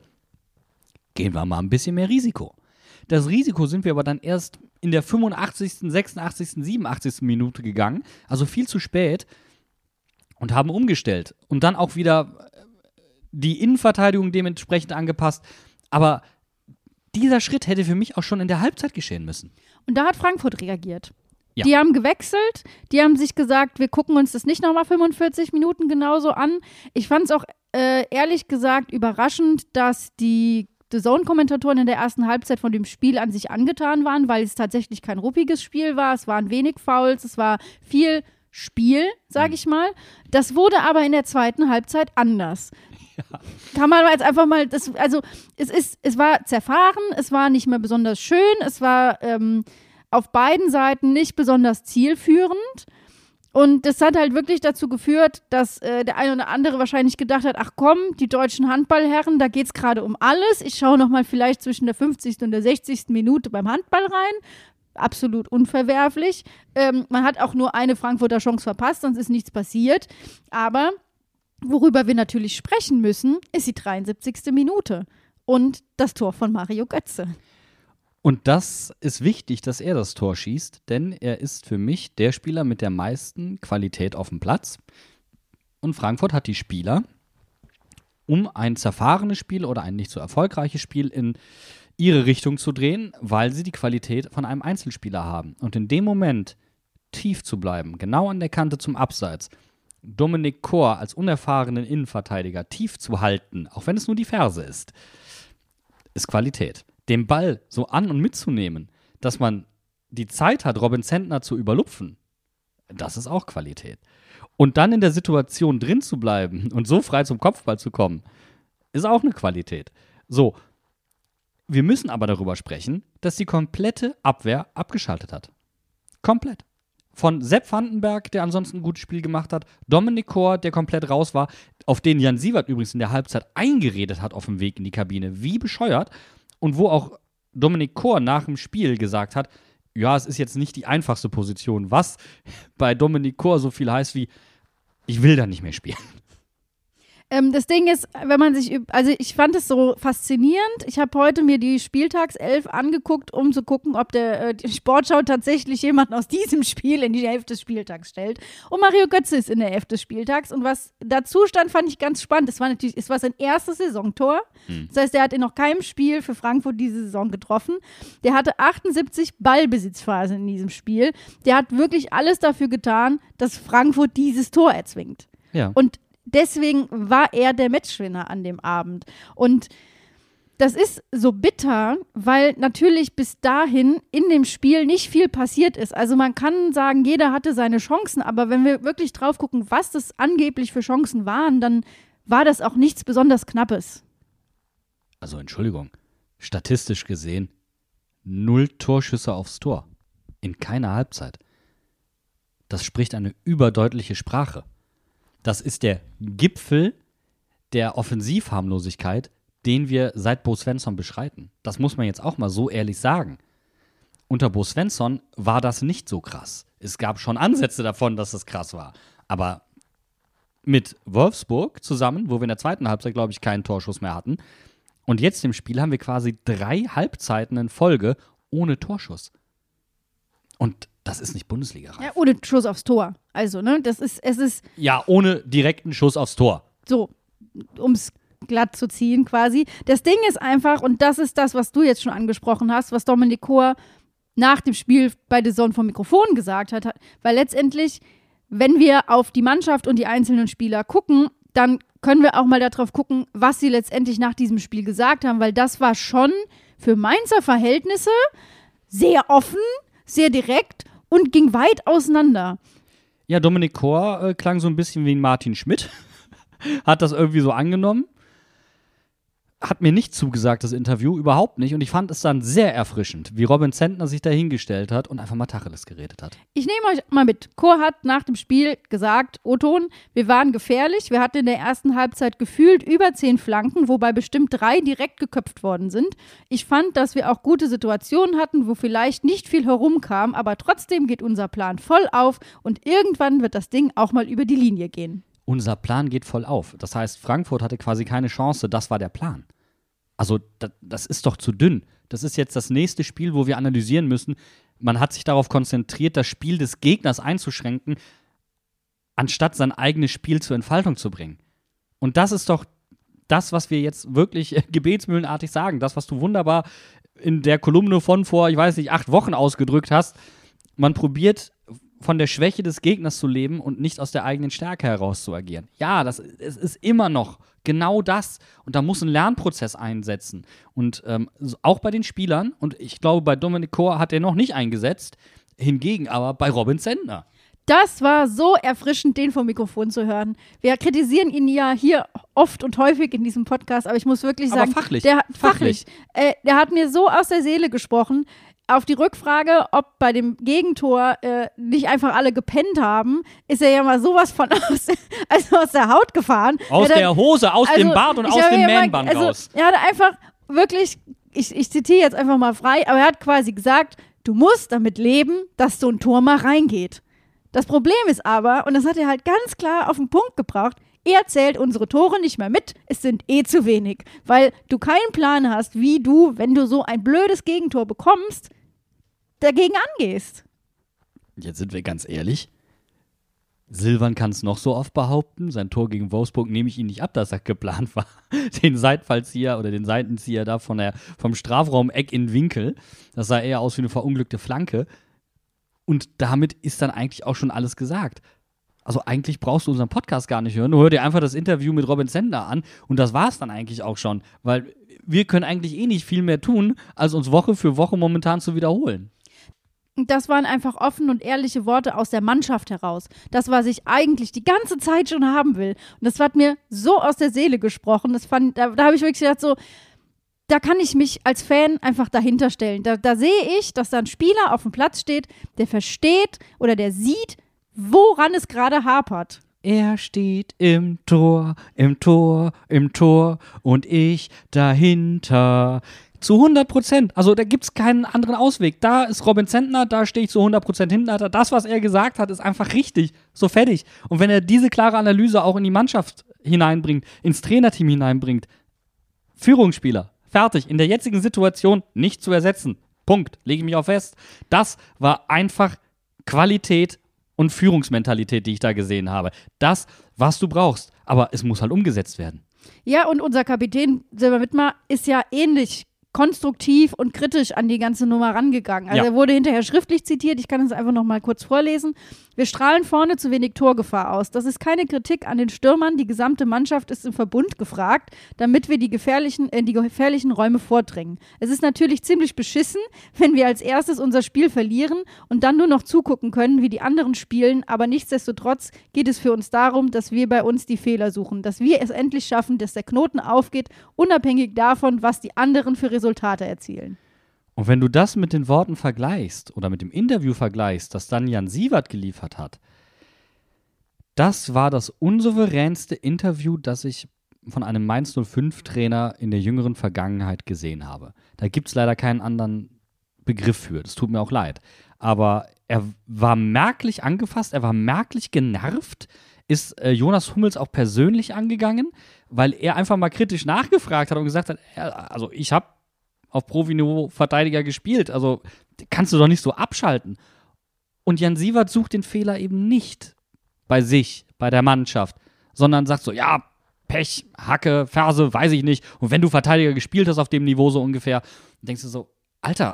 gehen wir mal ein bisschen mehr Risiko. Das Risiko sind wir aber dann erst in der 85., 86., 87. Minute gegangen, also viel zu spät, und haben umgestellt. Und dann auch wieder die Innenverteidigung dementsprechend angepasst. Aber dieser Schritt hätte für mich auch schon in der Halbzeit geschehen müssen. Und da hat Frankfurt reagiert. Ja. Die haben gewechselt, die haben sich gesagt, wir gucken uns das nicht nochmal 45 Minuten genauso an. Ich fand es auch ehrlich gesagt überraschend, dass die DAZN-Kommentatoren in der ersten Halbzeit von dem Spiel an sich angetan waren, weil es tatsächlich kein ruppiges Spiel war. Es waren wenig Fouls, es war viel Spiel, sage ich mal. Das wurde aber in der zweiten Halbzeit anders. Ja. Kann man jetzt einfach mal, es war zerfahren, es war nicht mehr besonders schön, es war auf beiden Seiten nicht besonders zielführend. Und das hat halt wirklich dazu geführt, dass der eine oder andere wahrscheinlich gedacht hat, ach komm, die deutschen Handballherren, da geht's gerade um alles. Ich schaue nochmal vielleicht zwischen der 50. und der 60. Minute beim Handball rein. Absolut unverwerflich. Man hat auch nur eine Frankfurter Chance verpasst, sonst ist nichts passiert. Aber worüber wir natürlich sprechen müssen, ist die 73. Minute und das Tor von Mario Götze. Und das ist wichtig, dass er das Tor schießt, denn er ist für mich der Spieler mit der meisten Qualität auf dem Platz. Und Frankfurt hat die Spieler, um ein zerfahrenes Spiel oder ein nicht so erfolgreiches Spiel in ihre Richtung zu drehen, weil sie die Qualität von einem Einzelspieler haben. Und in dem Moment tief zu bleiben, genau an der Kante zum Abseits, Dominik Chor als unerfahrenen Innenverteidiger tief zu halten, auch wenn es nur die Ferse ist Qualität. Den Ball so an- und mitzunehmen, dass man die Zeit hat, Robin Zentner zu überlupfen, Das ist auch Qualität. Und dann in der Situation drin zu bleiben und so frei zum Kopfball zu kommen, ist auch eine Qualität. So, wir müssen aber darüber sprechen, dass die komplette Abwehr abgeschaltet hat. Komplett. Von Sepp Vandenberg, der ansonsten ein gutes Spiel gemacht hat, Dominik Kor, der komplett raus war, auf den Jan Siewert übrigens in der Halbzeit eingeredet hat auf dem Weg in die Kabine, wie bescheuert. Und wo auch Dominik Kor nach dem Spiel gesagt hat, ja, es ist jetzt nicht die einfachste Position, was bei Dominik Kor so viel heißt wie, ich will da nicht mehr spielen. Das Ding ist, wenn man sich, also ich fand es so faszinierend. Ich habe heute mir die Spieltagself angeguckt, um zu gucken, ob die Sportschau tatsächlich jemanden aus diesem Spiel in die Hälfte des Spieltags stellt. Und Mario Götze ist in der Hälfte des Spieltags. Und was dazu stand, fand ich ganz spannend. Es war sein erstes Saisontor. Das heißt, er hat in noch keinem Spiel für Frankfurt diese Saison getroffen. Der hatte 78 Ballbesitzphasen in diesem Spiel. Der hat wirklich alles dafür getan, dass Frankfurt dieses Tor erzwingt. Ja. Und deswegen war er der Matchwinner an dem Abend. Und das ist so bitter, weil natürlich bis dahin in dem Spiel nicht viel passiert ist. Also man kann sagen, jeder hatte seine Chancen, aber wenn wir wirklich drauf gucken, was das angeblich für Chancen waren, dann war das auch nichts besonders Knappes. Also Entschuldigung, statistisch gesehen 0 Torschüsse aufs Tor. In keiner Halbzeit. Das spricht eine überdeutliche Sprache. Das ist der Gipfel der Offensivharmlosigkeit, den wir seit Bo Svensson beschreiten. Das muss man jetzt auch mal so ehrlich sagen. Unter Bo Svensson war das nicht so krass. Es gab schon Ansätze davon, dass es krass war. Aber mit Wolfsburg zusammen, wo wir in der zweiten Halbzeit, glaube ich, keinen Torschuss mehr hatten, und jetzt im Spiel haben wir quasi 3 Halbzeiten in Folge ohne Torschuss. Und das ist nicht Bundesliga-reif. Ja, ohne Schuss aufs Tor. Also, ne, es ist Ja, ohne direkten Schuss aufs Tor. so, um es glatt zu ziehen quasi. Das Ding ist einfach, und das ist das, was du jetzt schon angesprochen hast, was Dominik Kor nach dem Spiel bei The Zone vom Mikrofon gesagt hat, weil letztendlich, wenn wir auf die Mannschaft und die einzelnen Spieler gucken, dann können wir auch mal darauf gucken, was sie letztendlich nach diesem Spiel gesagt haben, weil das war schon für Mainzer Verhältnisse sehr offen, sehr direkt und ging weit auseinander. Ja, Dominik Kor klang so ein bisschen wie ein Martin Schmidt. Hat das irgendwie so angenommen. Hat mir nicht zugesagt, das Interview, überhaupt nicht. Und ich fand es dann sehr erfrischend, wie Robin Zentner sich da hingestellt hat und einfach mal Tacheles geredet hat. Ich nehme euch mal mit. Kor hat nach dem Spiel gesagt, O-Ton, wir waren gefährlich. Wir hatten in der ersten Halbzeit gefühlt über 10 Flanken, wobei bestimmt 3 direkt geköpft worden sind. Ich fand, dass wir auch gute Situationen hatten, wo vielleicht nicht viel herumkam, aber trotzdem geht unser Plan voll auf und irgendwann wird das Ding auch mal über die Linie gehen. Unser Plan geht voll auf. Das heißt, Frankfurt hatte quasi keine Chance. Das war der Plan. Also, das ist doch zu dünn. Das ist jetzt das nächste Spiel, wo wir analysieren müssen. Man hat sich darauf konzentriert, das Spiel des Gegners einzuschränken, anstatt sein eigenes Spiel zur Entfaltung zu bringen. Und das ist doch das, was wir jetzt wirklich gebetsmühlenartig sagen. Das, was du wunderbar in der Kolumne von vor, ich weiß nicht, 8 Wochen ausgedrückt hast. Man probiert von der Schwäche des Gegners zu leben und nicht aus der eigenen Stärke heraus zu agieren. Ja, es ist immer noch genau das. Und da muss ein Lernprozess einsetzen. Und auch bei den Spielern, und ich glaube, bei Dominik Kor hat er noch nicht eingesetzt, hingegen aber bei Robin Zentner. Das war so erfrischend, den vom Mikrofon zu hören. Wir kritisieren ihn ja hier oft und häufig in diesem Podcast, aber ich muss wirklich sagen, aber fachlich. Der hat mir so aus der Seele gesprochen. Auf die Rückfrage, ob bei dem Gegentor nicht einfach alle gepennt haben, ist er ja mal sowas von aus der Haut gefahren. Aus der Hose, aus dem Bart und aus dem Man-Band raus. Er hat einfach wirklich, ich zitiere jetzt einfach mal frei, aber er hat quasi gesagt, du musst damit leben, dass so ein Tor mal reingeht. Das Problem ist aber, und das hat er halt ganz klar auf den Punkt gebracht, er zählt unsere Tore nicht mehr mit, es sind zu wenig, weil du keinen Plan hast, wie du, wenn du so ein blödes Gegentor bekommst, dagegen angehst. Jetzt sind wir ganz ehrlich. Silvan kann es noch so oft behaupten, sein Tor gegen Wolfsburg nehme ich ihm nicht ab, dass er geplant war. Den Seitfallzieher oder den Seitenzieher da vom Strafraum-Eck in den Winkel, das sah eher aus wie eine verunglückte Flanke. Und damit ist dann eigentlich auch schon alles gesagt. Also eigentlich brauchst du unseren Podcast gar nicht hören. Du hör dir einfach das Interview mit Robin Zentner an und das war es dann eigentlich auch schon. Weil wir können eigentlich nicht viel mehr tun, als uns Woche für Woche momentan zu wiederholen. Das waren einfach offene und ehrliche Worte aus der Mannschaft heraus. Das, was ich eigentlich die ganze Zeit schon haben will. Und das hat mir so aus der Seele gesprochen. Da habe ich wirklich gedacht, so, da kann ich mich als Fan einfach dahinter stellen. Da sehe ich, dass da ein Spieler auf dem Platz steht, der versteht oder der sieht, woran es gerade hapert. Er steht im Tor, im Tor, im Tor und ich dahinter. Zu 100%. Also da gibt es keinen anderen Ausweg. Da ist Robin Zentner, da stehe ich zu 100% hinten. Das, was er gesagt hat, ist einfach richtig. So fertig. Und wenn er diese klare Analyse auch in die Mannschaft hineinbringt, ins Trainerteam hineinbringt, Führungsspieler, fertig. In der jetzigen Situation nicht zu ersetzen. Punkt. Lege ich mich auf fest. Das war einfach Qualität und Führungsmentalität, die ich da gesehen habe. Das, was du brauchst. Aber es muss halt umgesetzt werden. Ja, und unser Kapitän Silber Wittmer ist ja ähnlich konstruktiv und kritisch an die ganze Nummer rangegangen. Also er wurde hinterher schriftlich zitiert, ich kann es einfach noch mal kurz vorlesen. Wir strahlen vorne zu wenig Torgefahr aus. Das ist keine Kritik an den Stürmern, die gesamte Mannschaft ist im Verbund gefragt, damit wir die gefährlichen Räume vordringen. Es ist natürlich ziemlich beschissen, wenn wir als erstes unser Spiel verlieren und dann nur noch zugucken können, wie die anderen spielen, aber nichtsdestotrotz geht es für uns darum, dass wir bei uns die Fehler suchen, dass wir es endlich schaffen, dass der Knoten aufgeht, unabhängig davon, was die anderen für Resultate erzielen. Und wenn du das mit den Worten vergleichst oder mit dem Interview vergleichst, das dann Jan Siewert geliefert hat, das war das unsouveränste Interview, das ich von einem Mainz 05-Trainer in der jüngeren Vergangenheit gesehen habe. Da gibt es leider keinen anderen Begriff für, das tut mir auch leid. Aber er war merklich angefasst, er war merklich genervt, ist Jonas Hummels auch persönlich angegangen, weil er einfach mal kritisch nachgefragt hat und gesagt hat, also ich habe auf Profiniveau Verteidiger gespielt, also kannst du doch nicht so abschalten. Und Jan Siewert sucht den Fehler eben nicht bei sich, bei der Mannschaft, sondern sagt so, ja, Pech, Hacke, Ferse, weiß ich nicht. Und wenn du Verteidiger gespielt hast auf dem Niveau so ungefähr, denkst du so, Alter,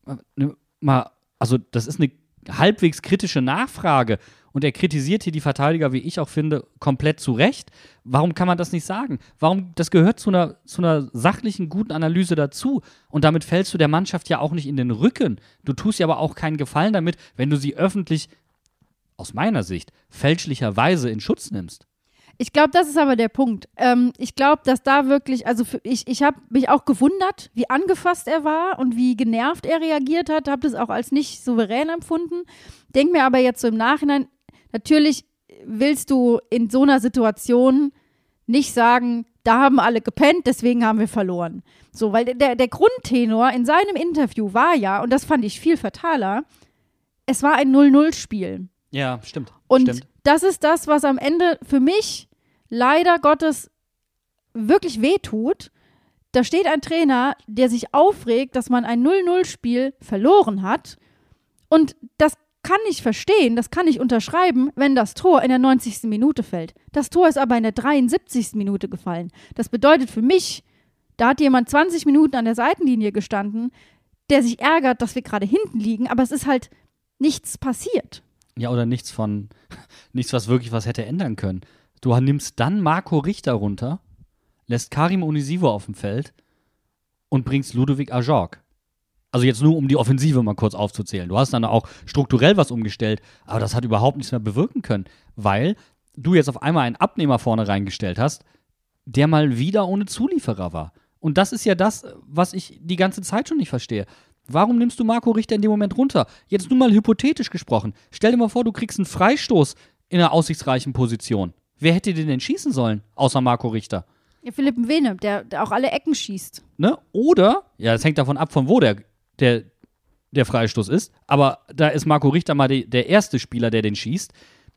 mal, also das ist eine halbwegs kritische Nachfrage und er kritisiert hier die Verteidiger, wie ich auch finde, komplett zu Recht. Warum kann man das nicht sagen? Das gehört zu einer sachlichen, guten Analyse dazu und damit fällst du der Mannschaft ja auch nicht in den Rücken. Du tust ja aber auch keinen Gefallen damit, wenn du sie öffentlich, aus meiner Sicht, fälschlicherweise in Schutz nimmst. Ich glaube, das ist aber der Punkt. Ich glaube, dass da wirklich, also ich habe mich auch gewundert, wie angefasst er war und wie genervt er reagiert hat, habe das auch als nicht souverän empfunden. Denk mir aber jetzt so im Nachhinein, natürlich willst du in so einer Situation nicht sagen, da haben alle gepennt, deswegen haben wir verloren. So, weil der Grundtenor in seinem Interview war ja, und das fand ich viel fataler, es war ein 0-0-Spiel. Ja, stimmt. Und das ist das, was am Ende für mich leider Gottes wirklich wehtut. Da steht ein Trainer, der sich aufregt, dass man ein 0-0-Spiel verloren hat. Und das kann ich verstehen, das kann ich unterschreiben, wenn das Tor in der 90. Minute fällt. Das Tor ist aber in der 73. Minute gefallen. Das bedeutet für mich, da hat jemand 20 Minuten an der Seitenlinie gestanden, der sich ärgert, dass wir gerade hinten liegen, aber es ist halt nichts passiert. Ja, oder nichts, was wirklich was hätte ändern können. Du nimmst dann Marco Richter runter, lässt Karim Onisivo auf dem Feld und bringst Ludovic Ajorg. Also jetzt nur, um die Offensive mal kurz aufzuzählen. Du hast dann auch strukturell was umgestellt, aber das hat überhaupt nichts mehr bewirken können, weil du jetzt auf einmal einen Abnehmer vorne reingestellt hast, der mal wieder ohne Zulieferer war. Und das ist ja das, was ich die ganze Zeit schon nicht verstehe. Warum nimmst du Marco Richter in dem Moment runter? Jetzt nur mal hypothetisch gesprochen. Stell dir mal vor, du kriegst einen Freistoß in einer aussichtsreichen Position. Wer hätte den denn schießen sollen, außer Marco Richter? Ja, Philipp Mwene, der auch alle Ecken schießt. Ne? Oder, ja, das hängt davon ab, von wo der Freistoß ist, aber da ist Marco Richter mal der erste Spieler, der den schießt.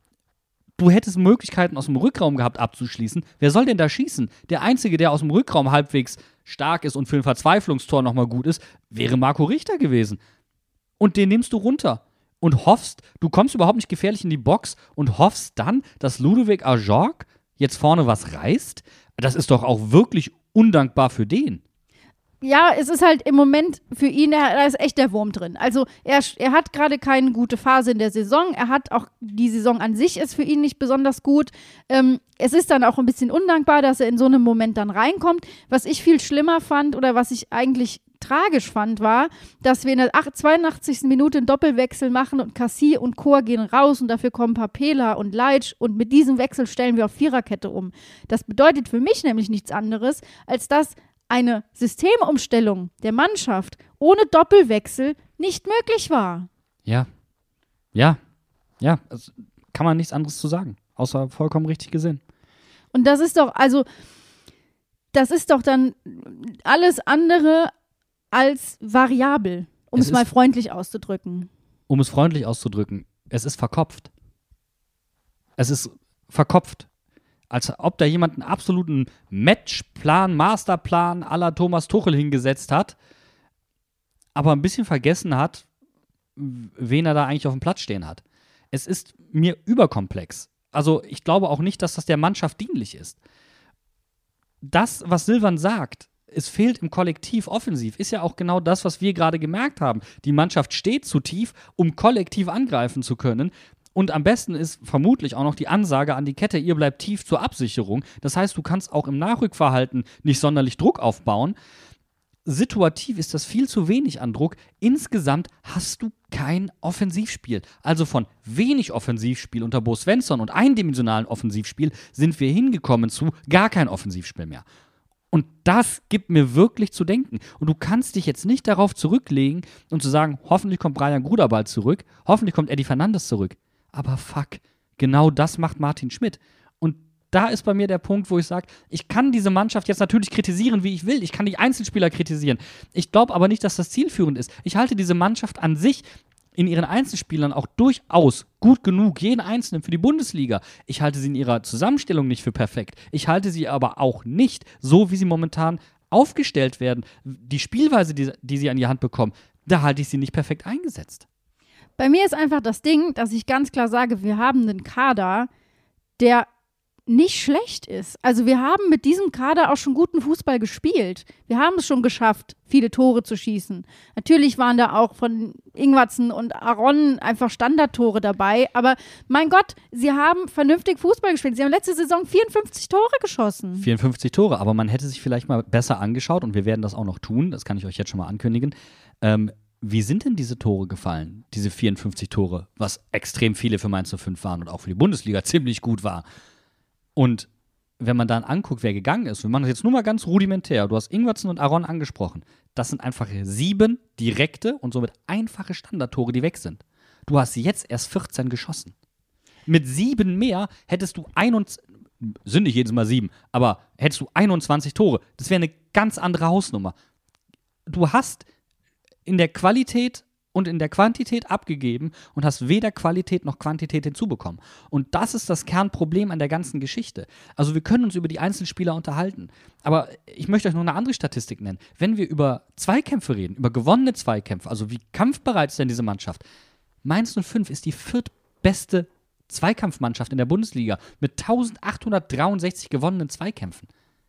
Du hättest Möglichkeiten aus dem Rückraum gehabt abzuschließen. Wer soll denn da schießen? Der Einzige, der aus dem Rückraum halbwegs stark ist und für ein Verzweiflungstor nochmal gut ist, wäre Marco Richter gewesen. Und den nimmst du runter und hoffst, du kommst überhaupt nicht gefährlich in die Box und hoffst dann, dass Ludovic Ajorg jetzt vorne was reißt. Das ist doch auch wirklich undankbar für den. Ja, es ist halt im Moment für ihn, da ist echt der Wurm drin. Also er hat gerade keine gute Phase in der Saison. Er hat auch, die Saison an sich ist für ihn nicht besonders gut. Es ist dann auch ein bisschen undankbar, dass er in so einem Moment dann reinkommt. Was ich viel schlimmer fand oder was ich eigentlich tragisch fand, war, dass wir in der 82. Minute einen Doppelwechsel machen und Cassie und Chor gehen raus und dafür kommen Papela und Leitsch und mit diesem Wechsel stellen wir auf Viererkette um. Das bedeutet für mich nämlich nichts anderes, als dass eine Systemumstellung der Mannschaft ohne Doppelwechsel nicht möglich war. Ja, also kann man nichts anderes zu sagen, außer vollkommen richtig gesehen. Und das ist doch dann alles andere als variabel, um es mal freundlich auszudrücken. Um es freundlich auszudrücken, es ist verkopft. Es ist verkopft. Als ob da jemand einen absoluten Matchplan, Masterplan à la Thomas Tuchel hingesetzt hat, aber ein bisschen vergessen hat, wen er da eigentlich auf dem Platz stehen hat. Es ist mir überkomplex. Also ich glaube auch nicht, dass das der Mannschaft dienlich ist. Das, was Silvan sagt, es fehlt im Kollektiv offensiv, ist ja auch genau das, was wir gerade gemerkt haben. Die Mannschaft steht zu tief, um kollektiv angreifen zu können. Und am besten ist vermutlich auch noch die Ansage an die Kette, ihr bleibt tief zur Absicherung. Das heißt, du kannst auch im Nachrückverhalten nicht sonderlich Druck aufbauen. Situativ ist das viel zu wenig an Druck. Insgesamt hast du kein Offensivspiel. Also von wenig Offensivspiel unter Bo Svensson und eindimensionalen Offensivspiel sind wir hingekommen zu gar kein Offensivspiel mehr. Und das gibt mir wirklich zu denken. Und du kannst dich jetzt nicht darauf zurücklegen und zu sagen, hoffentlich kommt Brian Gruder bald zurück, hoffentlich kommt Eddie Fernandes zurück. Aber fuck, genau das macht Martin Schmidt. Und da ist bei mir der Punkt, wo ich sage, ich kann diese Mannschaft jetzt natürlich kritisieren, wie ich will. Ich kann die Einzelspieler kritisieren. Ich glaube aber nicht, dass das zielführend ist. Ich halte diese Mannschaft an sich in ihren Einzelspielern auch durchaus gut genug, jeden Einzelnen für die Bundesliga. Ich halte sie in ihrer Zusammenstellung nicht für perfekt. Ich halte sie aber auch nicht so, wie sie momentan aufgestellt werden. Die Spielweise, die sie an die Hand bekommen, da halte ich sie nicht perfekt eingesetzt. Bei mir ist einfach das Ding, dass ich ganz klar sage, wir haben einen Kader, der nicht schlecht ist. Also wir haben mit diesem Kader auch schon guten Fußball gespielt. Wir haben es schon geschafft, viele Tore zu schießen. Natürlich waren da auch von Ingwertsen und Aron einfach Standardtore dabei, aber mein Gott, sie haben vernünftig Fußball gespielt. Sie haben letzte Saison 54 Tore geschossen. 54 Tore, aber man hätte sich vielleicht mal besser angeschaut und wir werden das auch noch tun, das kann ich euch jetzt schon mal ankündigen. Wie sind denn diese Tore gefallen, diese 54 Tore, was extrem viele für Mainz 05 waren und auch für die Bundesliga ziemlich gut war? Und wenn man dann anguckt, wer gegangen ist, wir machen das jetzt nur mal ganz rudimentär, du hast Ingwertsen und Aron angesprochen, das sind einfach 7 direkte und somit einfache Standardtore, die weg sind. Du hast jetzt erst 14 geschossen. Mit 7 mehr hättest du sind nicht jedes Mal 7, aber hättest du 21 Tore. Das wäre eine ganz andere Hausnummer. Du hast in der Qualität und in der Quantität abgegeben und hast weder Qualität noch Quantität hinzubekommen. Und das ist das Kernproblem an der ganzen Geschichte. Also wir können uns über die Einzelspieler unterhalten, aber ich möchte euch noch eine andere Statistik nennen. Wenn wir über Zweikämpfe reden, über gewonnene Zweikämpfe, also wie kampfbereit ist denn diese Mannschaft? Mainz 05 ist die viertbeste Zweikampfmannschaft in der Bundesliga mit 1863 gewonnenen Zweikämpfen.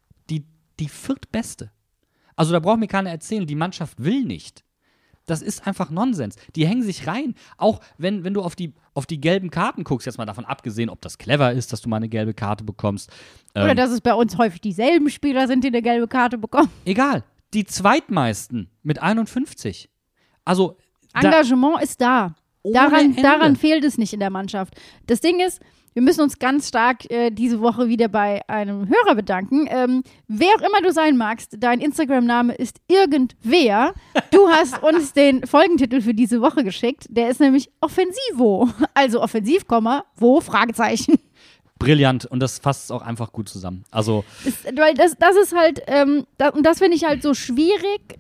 Die viertbeste. Also da braucht mir keiner erzählen, die Mannschaft will nicht. Das ist einfach Nonsens. Die hängen sich rein. Auch wenn du auf die gelben Karten guckst, jetzt mal davon abgesehen, ob das clever ist, dass du mal eine gelbe Karte bekommst. Oder dass es bei uns häufig dieselben Spieler sind, die eine gelbe Karte bekommen. Egal. Die zweitmeisten mit 51. Also Engagement ist da. Daran fehlt es nicht in der Mannschaft. Das Ding ist, wir müssen uns ganz stark diese Woche wieder bei einem Hörer bedanken. Wer auch immer du sein magst, dein Instagram-Name ist irgendwer. Du hast uns den Folgentitel für diese Woche geschickt. Der ist nämlich Offensivo. Also Offensiv, wo? Fragezeichen. Brillant. Und das fasst es auch einfach gut zusammen. Also weil das ist halt, und das finde ich halt so schwierig,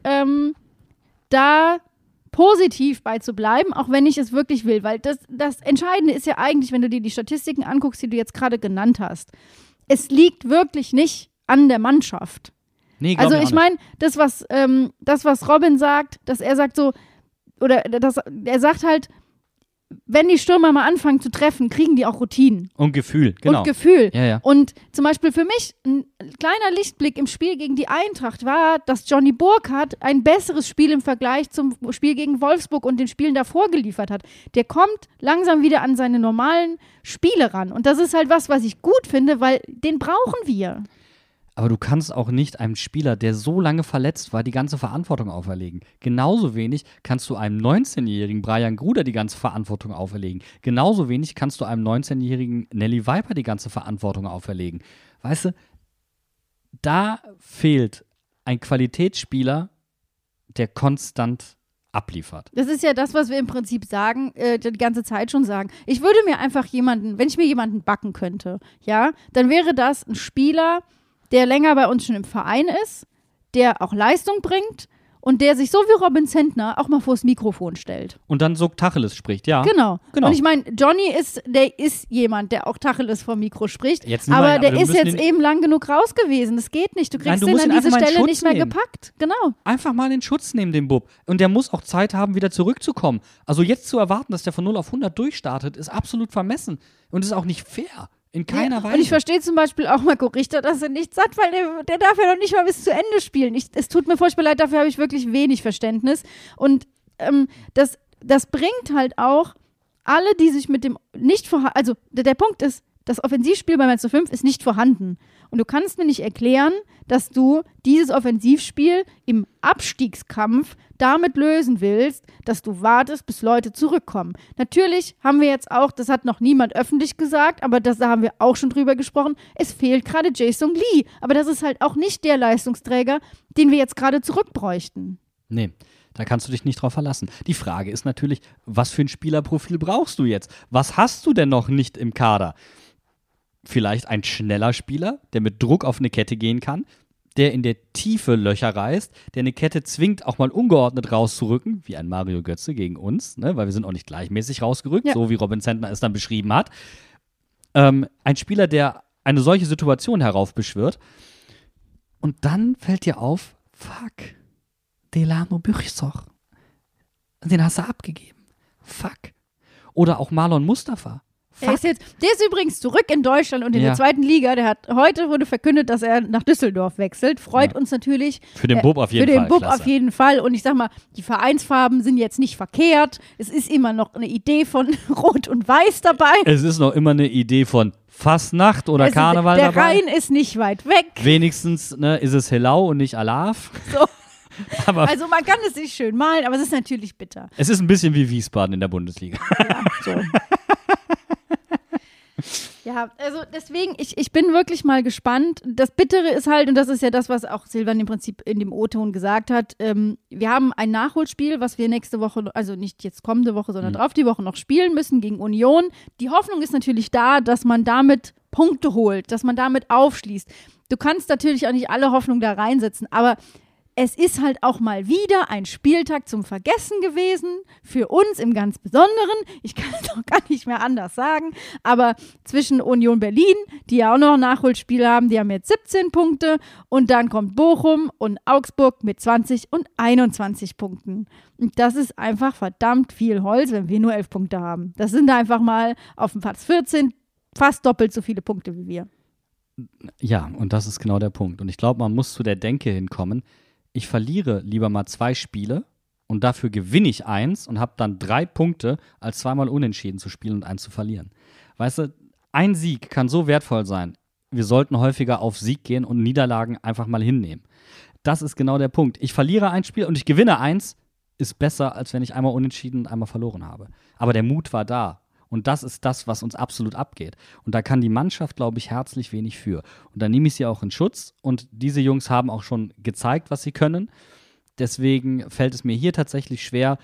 da positiv beizubleiben, auch wenn ich es wirklich will, weil das Entscheidende ist ja eigentlich, wenn du dir die Statistiken anguckst, die du jetzt gerade genannt hast, es liegt wirklich nicht an der Mannschaft. Nee, also ich meine, das was Robin sagt, dass er sagt so, oder er sagt halt, wenn die Stürmer mal anfangen zu treffen, kriegen die auch Routinen. Und Gefühl, genau. Und Gefühl. Ja. Und zum Beispiel für mich ein kleiner Lichtblick im Spiel gegen die Eintracht war, dass Johnny Burkhardt ein besseres Spiel im Vergleich zum Spiel gegen Wolfsburg und den Spielen davor geliefert hat. Der kommt langsam wieder an seine normalen Spiele ran. Und das ist halt was ich gut finde, weil den brauchen wir. Aber du kannst auch nicht einem Spieler, der so lange verletzt war, die ganze Verantwortung auferlegen. Genauso wenig kannst du einem 19-jährigen Brian Gruder die ganze Verantwortung auferlegen. Genauso wenig kannst du einem 19-jährigen Nelly Viper die ganze Verantwortung auferlegen. Weißt du, da fehlt ein Qualitätsspieler, der konstant abliefert. Das ist ja das, was wir im Prinzip sagen, die ganze Zeit schon sagen. Ich würde mir einfach wenn ich mir jemanden backen könnte, ja, dann wäre das ein Spieler, der länger bei uns schon im Verein ist, der auch Leistung bringt und der sich so wie Robin Zentner auch mal vors Mikrofon stellt. Und dann so Tacheles spricht, ja. Genau. Und ich meine, Johnny ist jemand, der auch Tacheles vor Mikro spricht, aber der ist jetzt eben lang genug raus gewesen. Das geht nicht. Du kriegst den an diese Stelle nicht mehr gepackt. Genau. Einfach mal in Schutz nehmen, den Bub. Und der muss auch Zeit haben, wieder zurückzukommen. Also jetzt zu erwarten, dass der von 0 auf 100 durchstartet, ist absolut vermessen. Und ist auch nicht fair. In keiner Weise. Und ich verstehe zum Beispiel auch Marco Richter, dass er nichts hat, weil der darf ja noch nicht mal bis zu Ende spielen. Es tut mir furchtbar leid, dafür habe ich wirklich wenig Verständnis. Und das bringt halt auch alle, die sich mit dem nicht vorhanden, also der Punkt ist, das Offensivspiel bei Mainz 05 ist nicht vorhanden. Und du kannst mir nicht erklären, dass du dieses Offensivspiel im Abstiegskampf damit lösen willst, dass du wartest, bis Leute zurückkommen. Natürlich haben wir jetzt auch, das hat noch niemand öffentlich gesagt, aber da haben wir auch schon drüber gesprochen, es fehlt gerade Jae-Sung Lee. Aber das ist halt auch nicht der Leistungsträger, den wir jetzt gerade zurückbräuchten. Nee, da kannst du dich nicht drauf verlassen. Die Frage ist natürlich, was für ein Spielerprofil brauchst du jetzt? Was hast du denn noch nicht im Kader? Vielleicht ein schneller Spieler, der mit Druck auf eine Kette gehen kann, der in der Tiefe Löcher reißt, der eine Kette zwingt, auch mal ungeordnet rauszurücken, wie ein Mario Götze gegen uns, ne? Weil wir sind auch nicht gleichmäßig rausgerückt, so wie Robin Zentner es dann beschrieben hat. Ein Spieler, der eine solche Situation heraufbeschwört. Und dann fällt dir auf, fuck, Delano Büchsoch. Den hast du abgegeben. Fuck. Oder auch Marlon Mustafa. Der ist übrigens zurück in Deutschland und in der zweiten Liga. Heute wurde verkündet, dass er nach Düsseldorf wechselt. Freut uns natürlich. Für den Bub auf jeden Fall. Für den Bub auf jeden Fall. Und ich sag mal, die Vereinsfarben sind jetzt nicht verkehrt. Es ist immer noch eine Idee von Rot und Weiß dabei. Es ist noch immer eine Idee von Fastnacht oder Karneval der dabei. Der Rhein ist nicht weit weg. Wenigstens ist es Helau und nicht Alaf. So. Also man kann es sich schön malen, aber es ist natürlich bitter. Es ist ein bisschen wie Wiesbaden in der Bundesliga. Ja, so. Ja, also deswegen, ich bin wirklich mal gespannt. Das Bittere ist halt, und das ist ja das, was auch Silvan im Prinzip in dem O-Ton gesagt hat, wir haben ein Nachholspiel, was wir nächste Woche, also nicht jetzt kommende Woche, sondern drauf die Woche noch spielen müssen gegen Union. Die Hoffnung ist natürlich da, dass man damit Punkte holt, dass man damit aufschließt. Du kannst natürlich auch nicht alle Hoffnung da reinsetzen, aber es ist halt auch mal wieder ein Spieltag zum Vergessen gewesen, für uns im ganz Besonderen. Ich kann es auch gar nicht mehr anders sagen, aber zwischen Union Berlin, die ja auch noch ein Nachholspiel haben, die haben jetzt 17 Punkte und dann kommt Bochum und Augsburg mit 20 und 21 Punkten. Und das ist einfach verdammt viel Holz, wenn wir nur 11 Punkte haben. Das sind einfach mal auf dem Platz 14 fast doppelt so viele Punkte wie wir. Ja, und das ist genau der Punkt. Und ich glaube, man muss zu der Denke hinkommen, ich verliere lieber mal 2 Spiele und dafür gewinne ich 1 und habe dann 3 Punkte, als zweimal unentschieden zu spielen und 1 zu verlieren. Weißt du, ein Sieg kann so wertvoll sein. Wir sollten häufiger auf Sieg gehen und Niederlagen einfach mal hinnehmen. Das ist genau der Punkt. Ich verliere ein Spiel und ich gewinne 1, ist besser, als wenn ich einmal unentschieden und einmal verloren habe. Aber der Mut war da. Und das ist das, was uns absolut abgeht. Und da kann die Mannschaft, glaube ich, herzlich wenig für. Und da nehme ich sie auch in Schutz. Und diese Jungs haben auch schon gezeigt, was sie können. Deswegen fällt es mir hier tatsächlich schwer,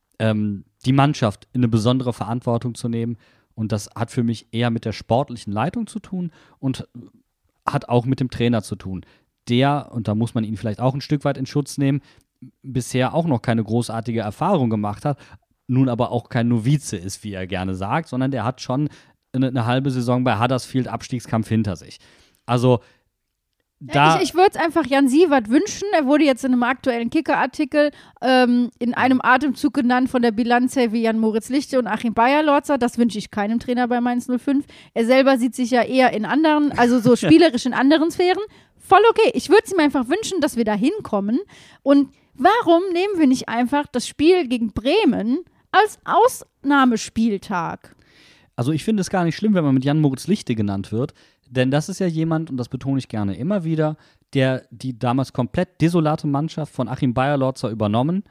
die Mannschaft in eine besondere Verantwortung zu nehmen. Und das hat für mich eher mit der sportlichen Leitung zu tun und hat auch mit dem Trainer zu tun. Der, und da muss man ihn vielleicht auch ein Stück weit in Schutz nehmen, bisher auch noch keine großartige Erfahrung gemacht hat, nun aber auch kein Novize ist, wie er gerne sagt, sondern der hat schon eine halbe Saison bei Huddersfield Abstiegskampf hinter sich. Also da ich würde es einfach Jan Siewert wünschen. Er wurde jetzt in einem aktuellen Kicker-Artikel in einem Atemzug genannt von der Bilanz her wie Jan-Moritz Lichte und Achim Bayerlorzer. Das wünsche ich keinem Trainer bei Mainz 05. Er selber sieht sich ja eher in anderen, also so spielerisch in anderen Sphären. Voll okay. Ich würde es ihm einfach wünschen, dass wir da hinkommen. Und warum nehmen wir nicht einfach das Spiel gegen Bremen als Ausnahmespieltag? Also ich finde es gar nicht schlimm, wenn man mit Jan-Moritz Lichte genannt wird, denn das ist ja jemand, und das betone ich gerne immer wieder, der die damals komplett desolate Mannschaft von Achim Beierlorzer übernommen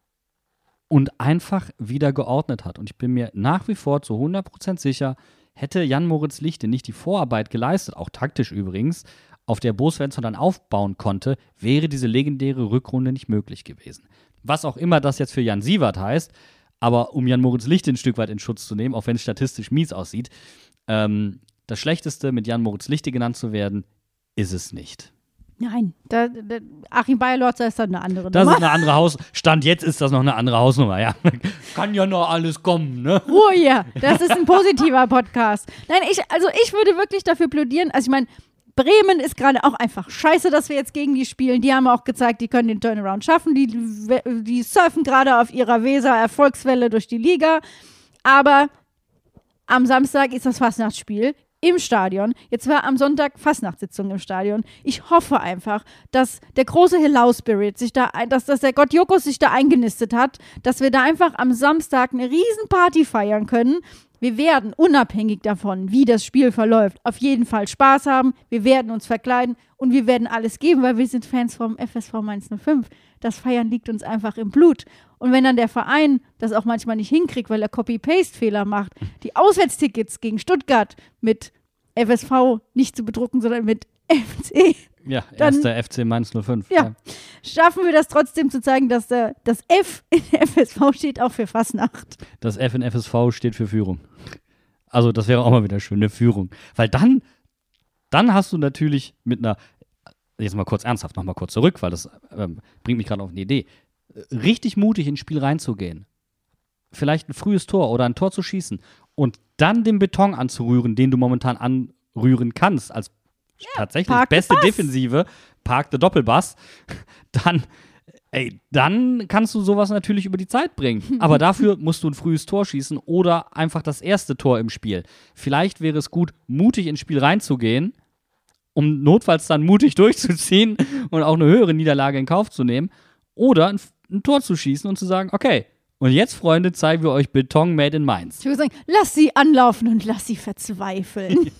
und einfach wieder geordnet hat. Und ich bin mir nach wie vor zu 100% sicher, hätte Jan-Moritz Lichte nicht die Vorarbeit geleistet, auch taktisch übrigens, auf der Bo Svensson dann aufbauen konnte, wäre diese legendäre Rückrunde nicht möglich gewesen. Was auch immer das jetzt für Jan Siewert heißt, aber um Jan-Moritz Lichte ein Stück weit in Schutz zu nehmen, auch wenn es statistisch mies aussieht, das Schlechteste, mit Jan-Moritz Lichte genannt zu werden, ist es nicht. Nein, Achim Beierlorzer ist dann eine andere Das Nummer. ist eine andere Stand jetzt ist das noch eine andere Hausnummer, ja. Kann ja noch alles kommen, ne? Ruhe hier, das ist ein positiver Podcast. Nein, ich würde wirklich dafür plädieren, also ich meine, Bremen ist gerade auch einfach scheiße, dass wir jetzt gegen die spielen. Die haben auch gezeigt, die können den Turnaround schaffen. Die surfen gerade auf ihrer Weser-Erfolgswelle durch die Liga. Aber am Samstag ist das Fastnachtsspiel im Stadion. Jetzt war am Sonntag Fastnachtssitzung im Stadion. Ich hoffe einfach, dass der große Hillau-Spirit dass der Gott Jokos sich da eingenistet hat, dass wir da einfach am Samstag eine Riesenparty feiern können. Wir werden, unabhängig davon, wie das Spiel verläuft, auf jeden Fall Spaß haben. Wir werden uns verkleiden und wir werden alles geben, weil wir sind Fans vom FSV Mainz 05. Das Feiern liegt uns einfach im Blut. Und wenn dann der Verein das auch manchmal nicht hinkriegt, weil er Copy-Paste-Fehler macht, die Auswärtstickets gegen Stuttgart mit FSV nicht zu bedrucken, sondern mit FC. Ja, Dann, erster FC Mainz 05. Ja, schaffen wir das trotzdem zu zeigen, dass das F in FSV steht auch für Fastnacht. Das F in FSV steht für Führung. Also das wäre auch mal wieder schön, eine Führung. Weil dann hast du natürlich mit einer, jetzt mal kurz ernsthaft, nochmal kurz zurück, weil das bringt mich gerade auf eine Idee, richtig mutig ins Spiel reinzugehen, vielleicht ein frühes Tor oder ein Tor zu schießen und dann den Beton anzurühren, den du momentan anrühren kannst, als tatsächlich beste Defensive, Park the Doppelbass, dann kannst du sowas natürlich über die Zeit bringen. Aber dafür musst du ein frühes Tor schießen oder einfach das erste Tor im Spiel. Vielleicht wäre es gut, mutig ins Spiel reinzugehen, um notfalls dann mutig durchzuziehen und auch eine höhere Niederlage in Kauf zu nehmen. Oder ein Tor zu schießen und zu sagen, okay, und jetzt, Freunde, zeigen wir euch Beton made in Mainz. Ich würde sagen, lass sie anlaufen und lass sie verzweifeln.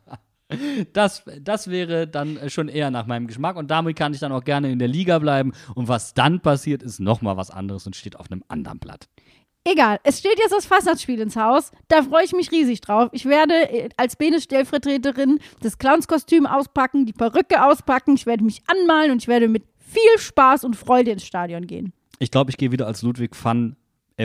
Das wäre dann schon eher nach meinem Geschmack und damit kann ich dann auch gerne in der Liga bleiben und was dann passiert, ist nochmal was anderes und steht auf einem anderen Blatt. Egal, es steht jetzt das Fastnachtsspiel ins Haus, da freue ich mich riesig drauf. Ich werde als Bene-Stellvertreterin das Clownskostüm auspacken, die Perücke auspacken, ich werde mich anmalen und ich werde mit viel Spaß und Freude ins Stadion gehen. Ich glaube, ich gehe wieder als Ludwig van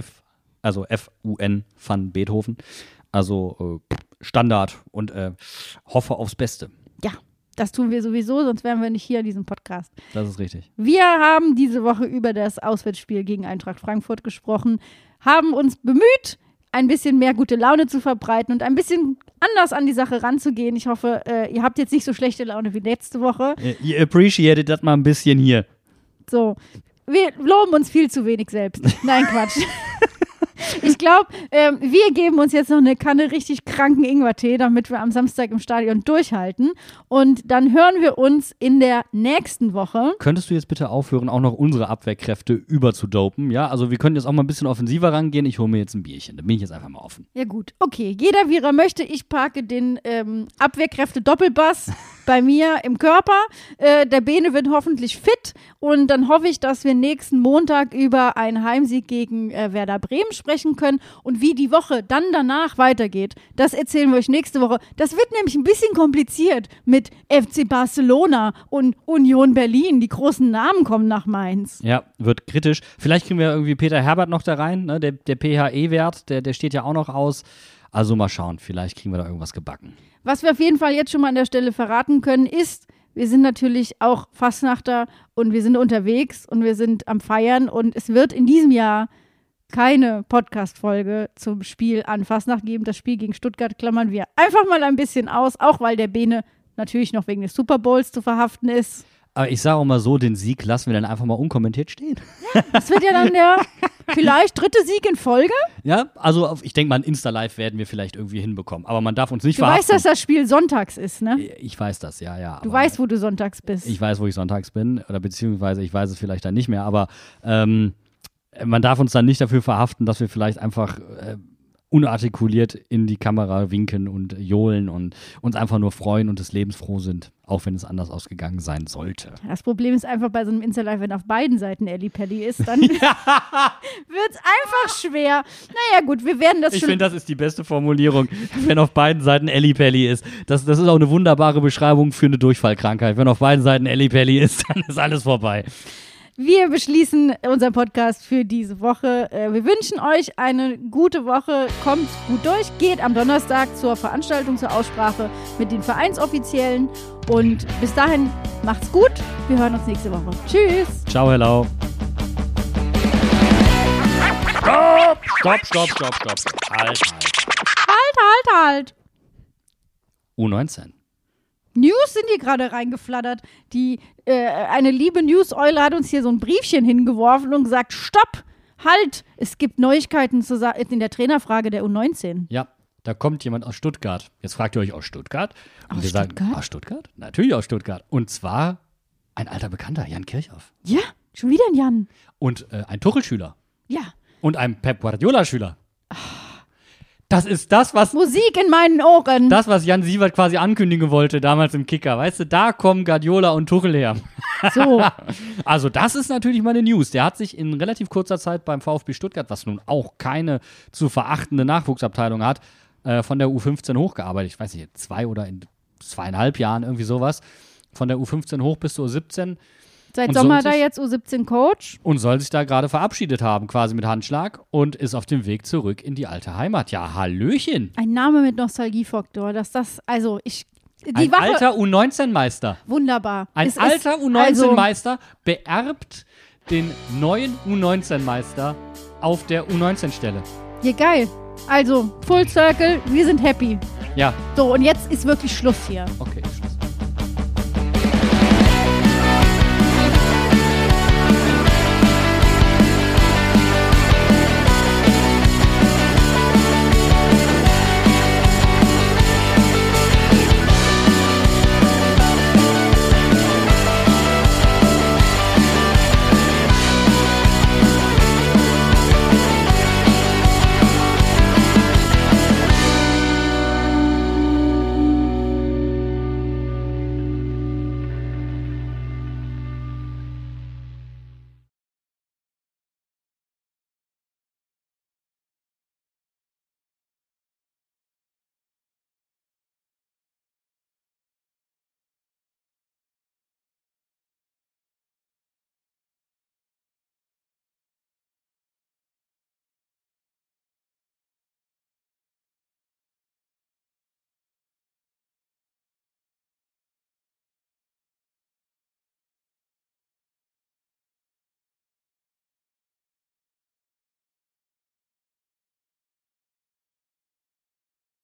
F-U-N van Beethoven, also Standard und hoffe aufs Beste. Ja, das tun wir sowieso, sonst wären wir nicht hier in diesem Podcast. Das ist richtig. Wir haben diese Woche über das Auswärtsspiel gegen Eintracht Frankfurt gesprochen, haben uns bemüht, ein bisschen mehr gute Laune zu verbreiten und ein bisschen anders an die Sache ranzugehen. Ich hoffe, ihr habt jetzt nicht so schlechte Laune wie letzte Woche. Ihr appreciated das mal ein bisschen hier. So, wir loben uns viel zu wenig selbst. Nein, Quatsch. Ich glaube, wir geben uns jetzt noch eine Kanne richtig kranken Ingwertee, damit wir am Samstag im Stadion durchhalten. Und dann hören wir uns in der nächsten Woche. Könntest du jetzt bitte aufhören, auch noch unsere Abwehrkräfte überzudopen? Ja, also wir können jetzt auch mal ein bisschen offensiver rangehen. Ich hole mir jetzt ein Bierchen. Da bin ich jetzt einfach mal offen. Ja gut, okay. Jeder, wie er möchte. Ich parke den Abwehrkräfte-Doppelbass bei mir im Körper. Der Bene wird hoffentlich fit. Und dann hoffe ich, dass wir nächsten Montag über einen Heimsieg gegen Werder Bremen sprechen können. Und wie die Woche dann danach weitergeht, das erzählen wir euch nächste Woche. Das wird nämlich ein bisschen kompliziert mit FC Barcelona und Union Berlin. Die großen Namen kommen nach Mainz. Ja, wird kritisch. Vielleicht kriegen wir irgendwie Peter Herbert noch da rein. Ne? Der PHE-Wert, der steht ja auch noch aus. Also mal schauen, vielleicht kriegen wir da irgendwas gebacken. Was wir auf jeden Fall jetzt schon mal an der Stelle verraten können, ist, wir sind natürlich auch Fastnachter und wir sind unterwegs und wir sind am Feiern und es wird in diesem Jahr keine Podcast-Folge zum Spiel an Fastnacht geben. Das Spiel gegen Stuttgart klammern wir einfach mal ein bisschen aus, auch weil der Bene natürlich noch wegen des Super Bowls zu verhaften ist. Aber ich sage auch mal so, den Sieg lassen wir dann einfach mal unkommentiert stehen. Ja, das wird ja dann der vielleicht dritte Sieg in Folge. Ja, also ich denke mal, ein Insta-Live werden wir vielleicht irgendwie hinbekommen. Aber man darf uns nicht Du verhaften. weißt, dass das Spiel sonntags ist, ne? Ich weiß das, ja. Du weißt, wo du sonntags bist. Ich weiß, wo ich sonntags bin. Oder beziehungsweise ich weiß es vielleicht dann nicht mehr. Aber man darf uns dann nicht dafür verhaften, dass wir vielleicht einfach unartikuliert in die Kamera winken und johlen und uns einfach nur freuen und des Lebens froh sind, auch wenn es anders ausgegangen sein sollte. Das Problem ist einfach bei so einem Insta-Live, wenn auf beiden Seiten Elli Pelli ist, dann wird es einfach schwer. Naja gut, wir werden das Ich schon... finde, das ist die beste Formulierung, wenn auf beiden Seiten Elli Pelli ist. Das ist auch eine wunderbare Beschreibung für eine Durchfallkrankheit. Wenn auf beiden Seiten Elli Pelli ist, dann ist alles vorbei. Wir beschließen unseren Podcast für diese Woche. Wir wünschen euch eine gute Woche. Kommt gut durch. Geht am Donnerstag zur Veranstaltung, zur Aussprache mit den Vereinsoffiziellen. Und bis dahin, macht's gut. Wir hören uns nächste Woche. Tschüss. Ciao, hello. Stopp. Halt. U19. News sind hier gerade reingeflattert. Eine liebe News-Eule hat uns hier so ein Briefchen hingeworfen und gesagt, stopp, halt, es gibt Neuigkeiten in der Trainerfrage der U19. Ja, da kommt jemand aus Stuttgart. Jetzt fragt ihr euch, aus Stuttgart? Und Aus wir sagen, Stuttgart? aus Stuttgart? Natürlich aus Stuttgart. Und zwar ein alter Bekannter, Jan Kirchhoff. Ja, schon wieder ein Jan. Und ein Tuchel-Schüler. Ja. Und ein Pep Guardiola-Schüler. Das ist das, was Musik in meinen Ohren. was Jan Siewert quasi ankündigen wollte damals im Kicker. Weißt du, da kommen Guardiola und Tuchel her. So. Also das ist natürlich meine News. Der hat sich in relativ kurzer Zeit beim VfB Stuttgart, was nun auch keine zu verachtende Nachwuchsabteilung hat, von der U15 hochgearbeitet. Ich weiß nicht, 2 oder in 2,5 Jahren irgendwie sowas. Von der U15 hoch bis zur U17. Seit Und Sommer soll da sich- jetzt U17-Coach. Und soll sich da gerade verabschiedet haben, quasi mit Handschlag. Und ist auf dem Weg zurück in die alte Heimat. Ja, Hallöchen. Ein Name mit Nostalgiefaktor. Ein alter U19-Meister. Wunderbar. Ein Es ist- alter U19-Meister beerbt den neuen U19-Meister auf der U19-Stelle. Ja, geil. Also, Full Circle, wir sind happy. Ja, So, und jetzt ist wirklich Schluss hier. okay.